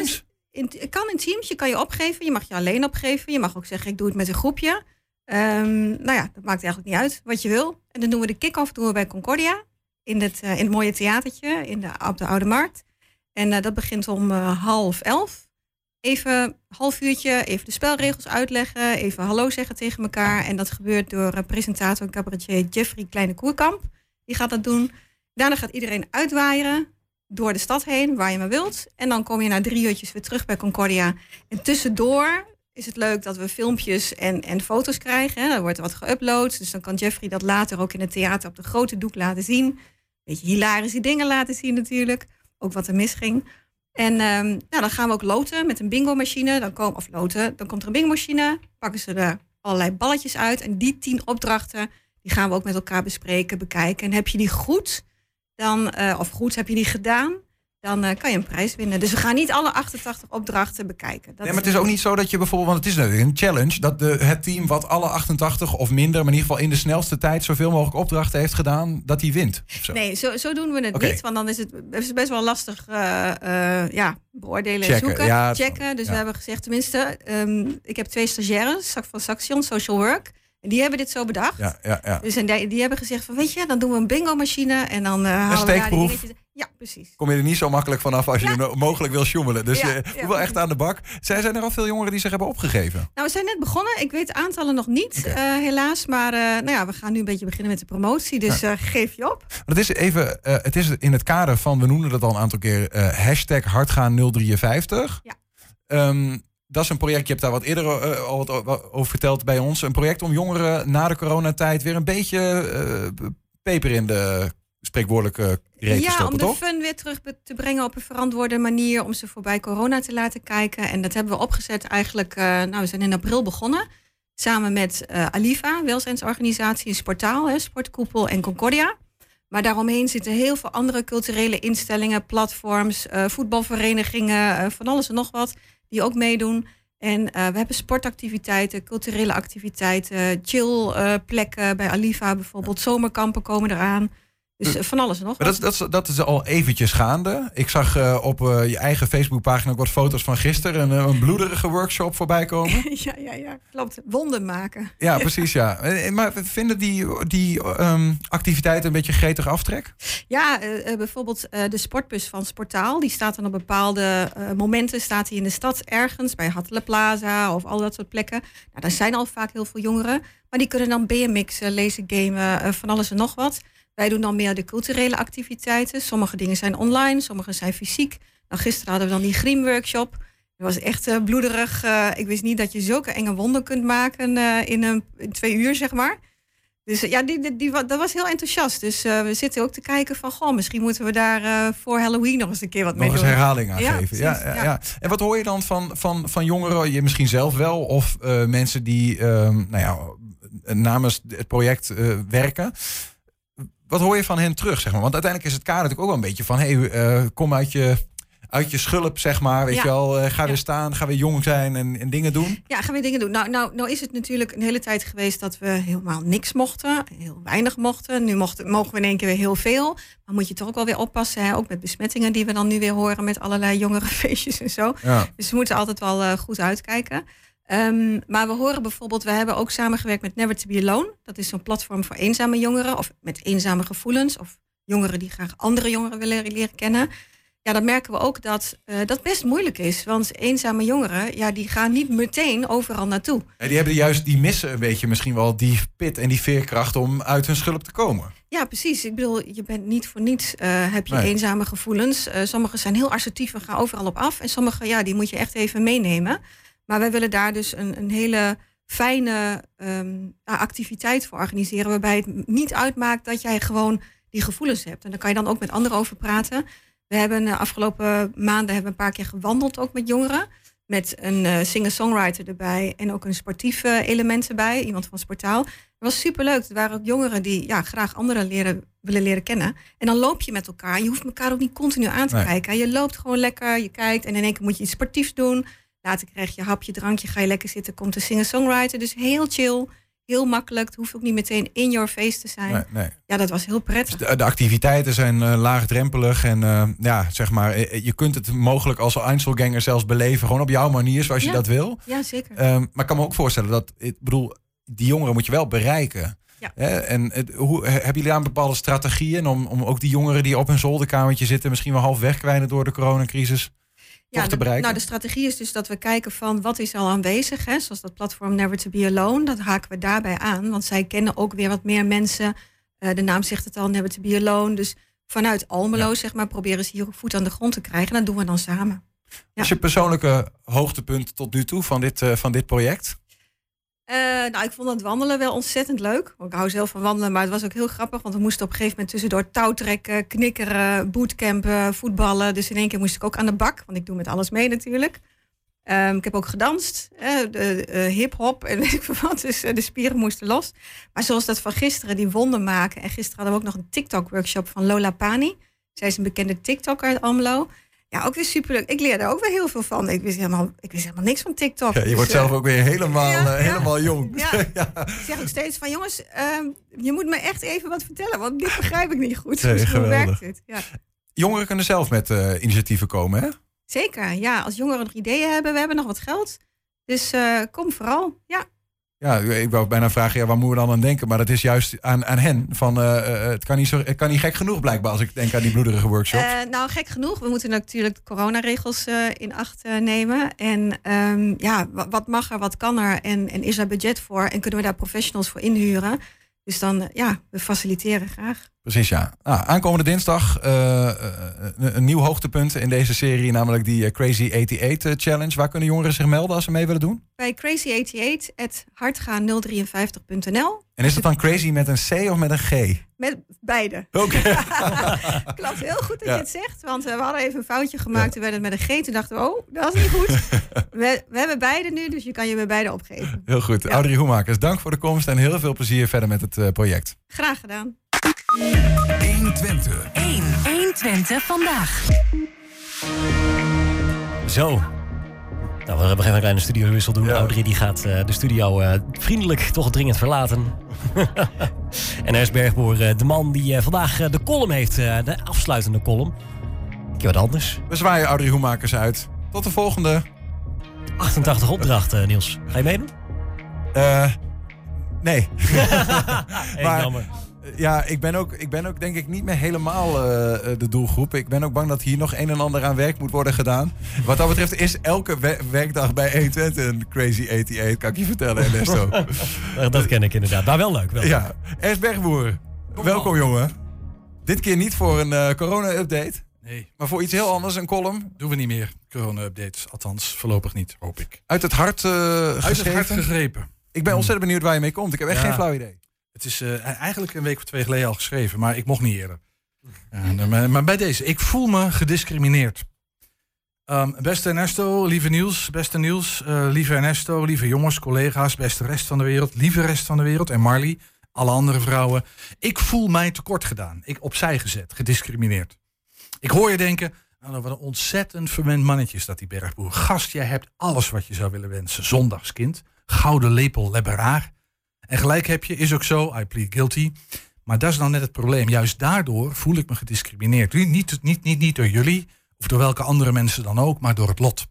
in, het kan in teams, je kan je opgeven. Je mag je alleen opgeven. Je mag ook zeggen, ik doe het met een groepje. Um, nou ja, dat maakt eigenlijk niet uit wat je wil. En dan doen we de kick-off doen we bij Concordia. In het, uh, in het mooie theatertje in de, op de Oude Markt. En uh, dat begint om uh, half elf. Even half uurtje, even de spelregels uitleggen. Even hallo zeggen tegen elkaar. En dat gebeurt door uh, presentator en cabaretier Jeffrey Kleine-Koerkamp. Die gaat dat doen. Daarna gaat iedereen uitwaaieren door de stad heen, waar je maar wilt. En dan kom je na drie uurtjes weer terug bij Concordia. En tussendoor is het leuk dat we filmpjes en, en foto's krijgen. Hè. Dan wordt er wat geüpload. Dus dan kan Jeffrey dat later ook in het theater op de grote doek laten zien. Beetje hilarische dingen laten zien natuurlijk. Ook wat er misging. En um, nou, dan gaan we ook loten met een bingo-machine. Dan kom, of loten, dan komt er een bingo-machine. Pakken ze er allerlei balletjes uit. En die tien opdrachten, die gaan we ook met elkaar bespreken, bekijken. En heb je die goed, dan, uh, of goed, heb je die gedaan, dan uh, kan je een prijs winnen. Dus we gaan niet alle achtentachtig opdrachten bekijken. Dat nee, maar het is ook niet zo dat je bijvoorbeeld, want het is natuurlijk een challenge, dat de, het team wat alle achtentachtig of minder, maar in ieder geval in de snelste tijd zoveel mogelijk opdrachten heeft gedaan, dat die wint. Zo. Nee, zo, zo doen we het okay. niet. Want dan is het best wel lastig uh, uh, ja, beoordelen checken, en zoeken. Ja, checken. Dus ja. we hebben gezegd, tenminste, um, ik heb twee stagiaires van Saxion Social Work. En die hebben dit zo bedacht. Ja, ja, ja. Dus en die, die hebben gezegd van, weet je, dan doen we een bingo-machine en dan uh, halen we daar die dingetjes. Ja, precies. Kom je er niet zo makkelijk vanaf als je ja. er mogelijk wil sjoemelen. Dus ja, je ja, moet wel echt aan de bak. Zijn, zijn er al veel jongeren die zich hebben opgegeven? Nou, we zijn net begonnen. Ik weet de aantallen nog niet, okay. uh, helaas. Maar uh, nou ja, we gaan nu een beetje beginnen met de promotie. Dus ja. uh, geef je op. Het is even, uh, het is in het kader van, we noemden dat al een aantal keer, uh, hashtag hardgaan nul drieënvijftig. Ja. Um, Dat is een project, je hebt daar wat eerder uh, al wat over verteld bij ons. Een project om jongeren na de coronatijd weer een beetje uh, peper in de spreekwoordelijke reet te stoppen, toch? Ja, om de fun weer terug te brengen op een verantwoorde manier, om ze voorbij corona te laten kijken. En dat hebben we opgezet eigenlijk, uh, nou we zijn in april begonnen. Samen met uh, Aliva, welzijnsorganisatie, een sportaal, hè, Sportkoepel en Concordia. Maar daaromheen zitten heel veel andere culturele instellingen, platforms, uh, voetbalverenigingen, uh, van alles en nog wat, die ook meedoen. En uh, we hebben sportactiviteiten, culturele activiteiten, chillplekken uh, bij Aliva bijvoorbeeld. Zomerkampen komen eraan. Dus uh, van alles en nog wat. Maar dat, dat, dat is al eventjes gaande. Ik zag uh, op uh, je eigen Facebookpagina ook wat foto's van gisteren. Een, een bloederige workshop voorbij komen. ja, ja, ja, klopt. Wonden maken. Ja, precies, ja. Maar vinden die, die um, activiteiten een beetje gretig aftrek? Ja, uh, bijvoorbeeld uh, de sportbus van Sportaal. Die staat dan op bepaalde uh, momenten staat die in de stad ergens. Bij Hattelen Plaza of al dat soort plekken. Nou, daar zijn al vaak heel veel jongeren. Maar die kunnen dan B M X'en, lezen, gamen, uh, van alles en nog wat. Wij doen dan meer de culturele activiteiten. Sommige dingen zijn online, sommige zijn fysiek. Nou, gisteren hadden we dan die Griem workshop. Dat was echt uh, bloederig. Uh, ik wist niet dat je zulke enge wonden kunt maken uh, in, een, in twee uur, zeg maar. Dus uh, ja, die, die, die, dat was heel enthousiast. Dus uh, we zitten ook te kijken van, goh, misschien moeten we daar uh, voor Halloween nog eens een keer wat nog mee doen. Nog eens herhaling aan ja, geven. precies, ja, ja, ja. ja. En wat hoor je dan van, van, van jongeren, je misschien zelf wel, of uh, mensen die uh, nou ja, namens het project uh, werken? Wat hoor je van hen terug, zeg maar? Want uiteindelijk is het kader natuurlijk ook wel een beetje van, hey, uh, kom uit je, uit je schulp, zeg maar. Weet ja. je wel, uh, ga ja. weer staan, ga weer jong zijn en, en dingen doen. Ja, gaan weer dingen doen. Nou, nou, nou is het natuurlijk een hele tijd geweest dat we helemaal niks mochten. Heel weinig mochten. Nu mochten, mogen we in één keer weer heel veel. Maar moet je toch ook wel weer oppassen. Hè? Ook met besmettingen die we dan nu weer horen met allerlei jongerenfeestjes en zo. Ja. Dus we moeten altijd wel uh, goed uitkijken. Um, maar we horen bijvoorbeeld, we hebben ook samengewerkt met Never to be Alone. Dat is zo'n platform voor eenzame jongeren of met eenzame gevoelens. Of jongeren die graag andere jongeren willen leren kennen. Ja, dan merken we ook dat uh, dat best moeilijk is. Want eenzame jongeren, ja, die gaan niet meteen overal naartoe. En die hebben juist, die missen een beetje misschien wel die pit en die veerkracht om uit hun schulp te komen. Ja, precies. Ik bedoel, je bent niet voor niets, uh, heb je nee. eenzame gevoelens. Uh, sommige zijn heel assertief en gaan overal op af. En sommige, ja, die moet je echt even meenemen. Maar wij willen daar dus een, een hele fijne um, activiteit voor organiseren. Waarbij het niet uitmaakt dat jij gewoon die gevoelens hebt. En daar kan je dan ook met anderen over praten. We hebben de afgelopen maanden hebben we een paar keer gewandeld ook met jongeren. Met een uh, singer-songwriter erbij en ook een sportief uh, element erbij. Iemand van Sportaal. Dat was superleuk. Er waren ook jongeren die ja, graag anderen leren, willen leren kennen. En dan loop je met elkaar. Je hoeft elkaar ook niet continu aan te nee. kijken. Je loopt gewoon lekker, je kijkt en in één keer moet je iets sportiefs doen. Later krijg je hapje, drankje, ga je lekker zitten, komt de singer-songwriter. Dus heel chill, heel makkelijk. Het hoeft ook niet meteen in your face te zijn. Nee, nee. Ja, dat was heel prettig. De, de activiteiten zijn uh, laagdrempelig. En uh, ja, zeg maar, je kunt het mogelijk als Einzelganger zelfs beleven. Gewoon op jouw manier, zoals ja. je dat wil. Ja, zeker. Um, maar ik kan me ook voorstellen dat, ik bedoel, die jongeren moet je wel bereiken. Ja. Hè? En het, hoe, hebben jullie aan bepaalde strategieën om, om ook die jongeren die op hun zolderkamertje zitten, misschien wel half wegkwijnen door de coronacrisis, Ja, te de, bereiken? nou, de strategie is dus dat we kijken van wat is al aanwezig. Hè? Zoals dat platform Never to Be Alone. Dat haken we daarbij aan. Want zij kennen ook weer wat meer mensen. Uh, de naam zegt het al, Never to Be Alone. Dus vanuit Almelo, ja. zeg maar, proberen ze hier ook voet aan de grond te krijgen. En dat doen we dan samen. Ja. Wat is je persoonlijke hoogtepunt tot nu toe van dit, uh, van dit project? Uh, nou, ik vond het wandelen wel ontzettend leuk. Ik hou zelf van wandelen, maar het was ook heel grappig. Want we moesten op een gegeven moment tussendoor touwtrekken, knikkeren, bootcampen, voetballen. Dus in één keer moest ik ook aan de bak. Want ik doe met alles mee natuurlijk. Um, ik heb ook gedanst, eh, de, uh, hip-hop en weet ik veel wat. Dus uh, de spieren moesten los. Maar zoals dat van gisteren, die wonden maken. En gisteren hadden we ook nog een TikTok-workshop van Lola Pani. Zij is een bekende TikToker uit Almelo. Ja, ook weer superleuk. Ik leerde er ook weer heel veel van. Ik wist helemaal, ik wist helemaal niks van TikTok. Ja, je wordt dus, zelf ook weer helemaal, ja, uh, helemaal ja, jong. Ja. ja. Ik zeg ook steeds van, jongens, uh, je moet me echt even wat vertellen. Want dit begrijp ik niet goed. Nee, dus hoe werkt dit? Ja. Jongeren kunnen zelf met uh, initiatieven komen, hè? Zeker, ja. Als jongeren nog ideeën hebben, we hebben nog wat geld. Dus uh, kom vooral, ja. Ja, ik wou bijna vragen, ja, waar moeten we dan aan denken? Maar dat is juist aan, aan hen. Van, uh, het, kan niet zo, het kan niet gek genoeg blijkbaar als ik denk aan die bloederige workshops. Uh, nou, gek genoeg. We moeten natuurlijk de coronaregels uh, in acht uh, nemen. En um, ja, wat, wat mag er, wat kan er? En, en is er budget voor? En kunnen we daar professionals voor inhuren? Dus dan, uh, ja, we faciliteren graag. Precies, ja. Nou, aankomende dinsdag uh, uh, een, een nieuw hoogtepunt in deze serie, namelijk die uh, Crazy achtentachtig Challenge. Waar kunnen jongeren zich melden als ze mee willen doen? Bij crazy achtentachtig at hartgaan nul drieënvijftig punt n l. En is het dan crazy met een C of met een G? Met beide. Oké. Okay. Klopt, heel goed dat ja. je het zegt. Want uh, we hadden even een foutje gemaakt. Ja. Toen werd het met een G. Toen dachten we, oh, dat is niet goed. we, we hebben beide nu, dus je kan je bij beide opgeven. Heel goed. Ja. Audrey Hoemakers, dank voor de komst en heel veel plezier verder met het uh, project. Graag gedaan. honderdtwintig. honderdtwintig vandaag. Zo. Nou, we hebben even een kleine studiowissel doen. Ja. Audrey die gaat uh, de studio uh, vriendelijk toch dringend verlaten. En er is Bergboer, uh, de man die uh, vandaag uh, de column heeft, uh, de afsluitende column. Een keer wat anders. We zwaaien Audrey Hoemakers uit. Tot de volgende. achtentachtig opdracht, uh, Niels. Ga je meedoen? Uh, nee. Hey, maar, jammer. Ja, ik ben, ook, ik ben ook denk ik niet meer helemaal uh, de doelgroep. Ik ben ook bang dat hier nog een en ander aan werk moet worden gedaan. Wat dat betreft is elke we- werkdag bij honderdtwintig een Crazy achtentachtig, kan ik je vertellen, Ernesto. Dat ken ik inderdaad, maar wel leuk. Wel leuk. Ja, Ernst Bergboer, welkom jongen. Dit keer niet voor een uh, corona-update. Nee. Maar voor iets heel anders, een column. Doen we niet meer, corona-updates. Althans, voorlopig niet, hoop ik. Uit het hart uh, Uit geschreven? het hart gegrepen. Ik ben ontzettend benieuwd waar je mee komt. Ik heb echt ja. geen flauw idee. Het is uh, eigenlijk een week of twee geleden al geschreven, maar ik mocht niet eerder. Ja, maar, maar bij deze, ik voel me gediscrimineerd. Um, beste Ernesto, lieve Niels, beste Niels, uh, lieve Ernesto, lieve jongens, collega's, beste rest van de wereld, lieve rest van de wereld en Marley, alle andere vrouwen. Ik voel mij tekort gedaan, ik opzij gezet, gediscrimineerd. Ik hoor je denken, nou, wat een ontzettend verwend mannetje is dat die Bergboer. Gast, jij hebt alles wat je zou willen wensen. Zondagskind, gouden lepel leberaar. En gelijk heb je, is ook zo, I plead guilty. Maar dat is dan net het probleem. Juist daardoor voel ik me gediscrimineerd. Niet, niet, niet, niet door jullie, of door welke andere mensen dan ook, maar door het lot.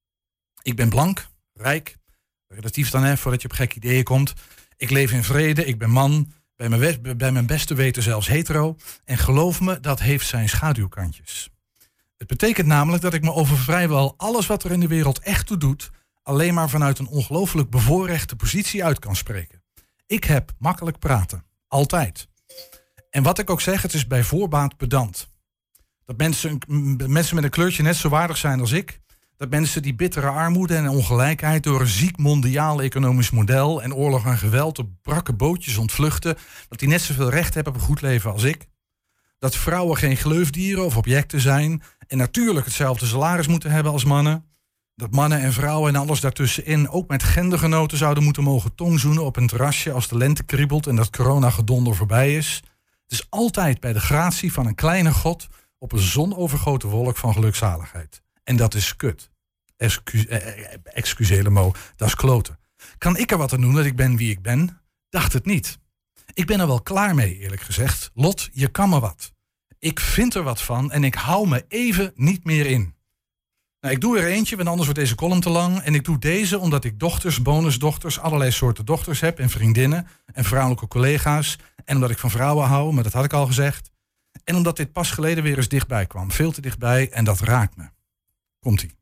Ik ben blank, rijk, relatief dan, hè, voordat je op gekke ideeën komt. Ik leef in vrede, ik ben man, bij mijn, bij mijn beste weten zelfs hetero. En geloof me, dat heeft zijn schaduwkantjes. Het betekent namelijk dat ik me over vrijwel alles wat er in de wereld echt toe doet, alleen maar vanuit een ongelooflijk bevoorrechte positie uit kan spreken. Ik heb makkelijk praten. Altijd. En wat ik ook zeg, het is bij voorbaat pedant. Dat mensen, mensen met een kleurtje net zo waardig zijn als ik. Dat mensen die bittere armoede en ongelijkheid door een ziek mondiaal economisch model en oorlog en geweld op brakke bootjes ontvluchten, dat die net zoveel recht hebben op een goed leven als ik. Dat vrouwen geen gleufdieren of objecten zijn en natuurlijk hetzelfde salaris moeten hebben als mannen. Dat mannen en vrouwen en alles daartussenin ook met gendergenoten zouden moeten mogen tongzoenen op een terrasje als de lente kriebelt en dat corona-gedonder voorbij is. Het is altijd bij de gratie van een kleine god op een zonovergoten wolk van gelukzaligheid. En dat is kut. Excu- eh, Excusez le mot, dat is kloten. Kan ik er wat aan doen dat ik ben wie ik ben? Dacht het niet. Ik ben er wel klaar mee, eerlijk gezegd. Lot, je kan me wat. Ik vind er wat van en ik hou me even niet meer in. Nou, ik doe er eentje, want anders wordt deze column te lang. En ik doe deze omdat ik dochters, bonusdochters, allerlei soorten dochters heb en vriendinnen en vrouwelijke collega's. En omdat ik van vrouwen hou, maar dat had ik al gezegd. En omdat dit pas geleden weer eens dichtbij kwam. Veel te dichtbij en dat raakt me. Komt-ie.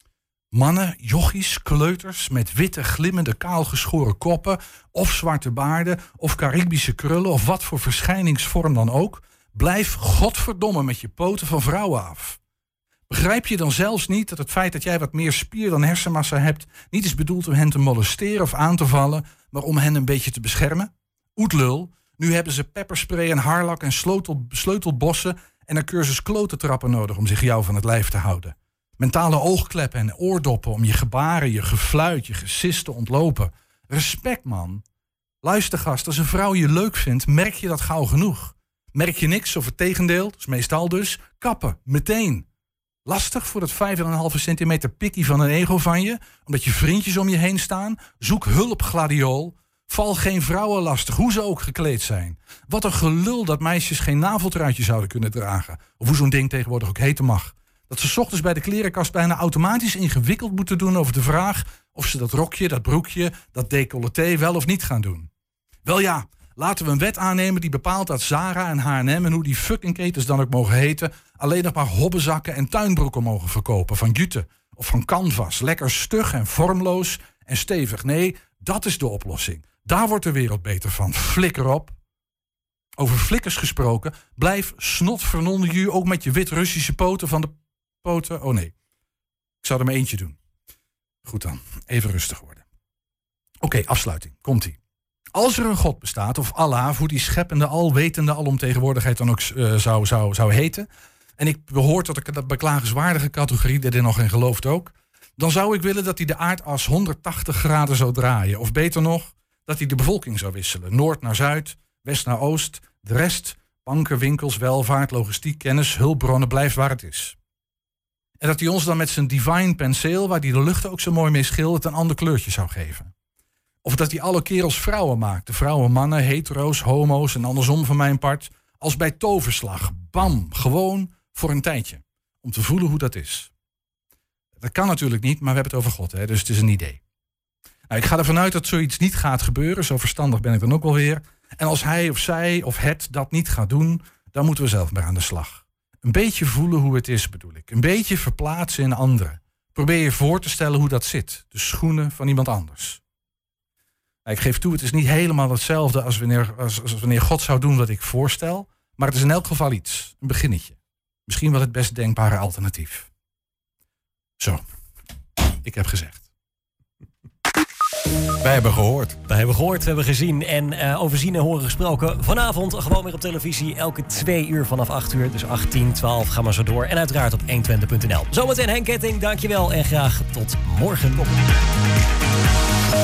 Mannen, jochies, kleuters met witte, glimmende, kaalgeschoren koppen of zwarte baarden of Caribische krullen of wat voor verschijningsvorm dan ook. Blijf godverdomme met je poten van vrouwen af. Begrijp je dan zelfs niet dat het feit dat jij wat meer spier dan hersenmassa hebt niet is bedoeld om hen te molesteren of aan te vallen, maar om hen een beetje te beschermen? Oetlul, nu hebben ze pepperspray en haarlak en sleutel, sleutelbossen en een cursus klotentrappen nodig om zich jou van het lijf te houden. Mentale oogkleppen en oordoppen om je gebaren, je gefluit, je gesis te ontlopen. Respect, man. Luister, gast, als een vrouw je leuk vindt, merk je dat gauw genoeg. Merk je niks of het tegendeel, dat is meestal dus, kappen, meteen. Lastig voor het vijf komma vijf centimeter pikkie van een ego van je, omdat je vriendjes om je heen staan? Zoek hulp, gladiool. Val geen vrouwen lastig, hoe ze ook gekleed zijn. Wat een gelul dat meisjes geen naveltruitje zouden kunnen dragen. Of hoe zo'n ding tegenwoordig ook heten mag. Dat ze 's ochtends bij de klerenkast bijna automatisch ingewikkeld moeten doen over de vraag of ze dat rokje, dat broekje, dat decolleté wel of niet gaan doen. Wel ja, laten we een wet aannemen die bepaalt dat Zara en H en M en hoe die fucking ketens dan ook mogen heten, alleen nog maar hobbezakken en tuinbroeken mogen verkopen van Jute of van Canvas. Lekker stug en vormloos en stevig. Nee, dat is de oplossing. Daar wordt de wereld beter van. Flikker op. Over flikkers gesproken, blijf snotvernonden je ook met je wit-Russische poten van de poten. Oh nee, ik zou er maar eentje doen. Goed dan, even rustig worden. Oké, okay, afsluiting. Komt-ie. Als er een God bestaat, of Allah, of hoe die scheppende, alwetende alomtegenwoordigheid dan ook uh, zou, zou, zou heten, en ik behoor tot de beklagenswaardige categorie die er nog in gelooft ook, dan zou ik willen dat hij de aardas honderdtachtig graden zou draaien. Of beter nog, dat hij de bevolking zou wisselen. Noord naar zuid, west naar oost. De rest, banken, winkels, welvaart, logistiek, kennis, hulpbronnen, blijft waar het is. En dat hij ons dan met zijn divine penseel, waar hij de lucht ook zo mooi mee schildert, een ander kleurtje zou geven. Of dat hij alle kerels vrouwen maakt. De vrouwen mannen, hetero's, homo's en andersom van mijn part. Als bij toverslag. Bam, gewoon voor een tijdje. Om te voelen hoe dat is. Dat kan natuurlijk niet, maar we hebben het over God, hè, dus het is een idee. Nou, ik ga ervan uit dat zoiets niet gaat gebeuren. Zo verstandig ben ik dan ook wel weer. En als hij of zij of het dat niet gaat doen, dan moeten we zelf maar aan de slag. Een beetje voelen hoe het is, bedoel ik. Een beetje verplaatsen in anderen. Probeer je voor te stellen hoe dat zit. De schoenen van iemand anders. Nou, ik geef toe, het is niet helemaal hetzelfde als wanneer, als, als wanneer God zou doen wat ik voorstel. Maar het is in elk geval iets. Een beginnetje. Misschien wel het best denkbare alternatief. Zo. Ik heb gezegd. Wij hebben gehoord. Wij hebben gehoord, we hebben gezien en uh, over zien en horen gesproken. Vanavond gewoon weer op televisie, elke twee uur vanaf acht uur. Dus acht, tien, twaalf, ga maar zo door. En uiteraard op honderdtwintig punt n l. Zometeen Henk Ketting, dankjewel en graag tot morgen. Op.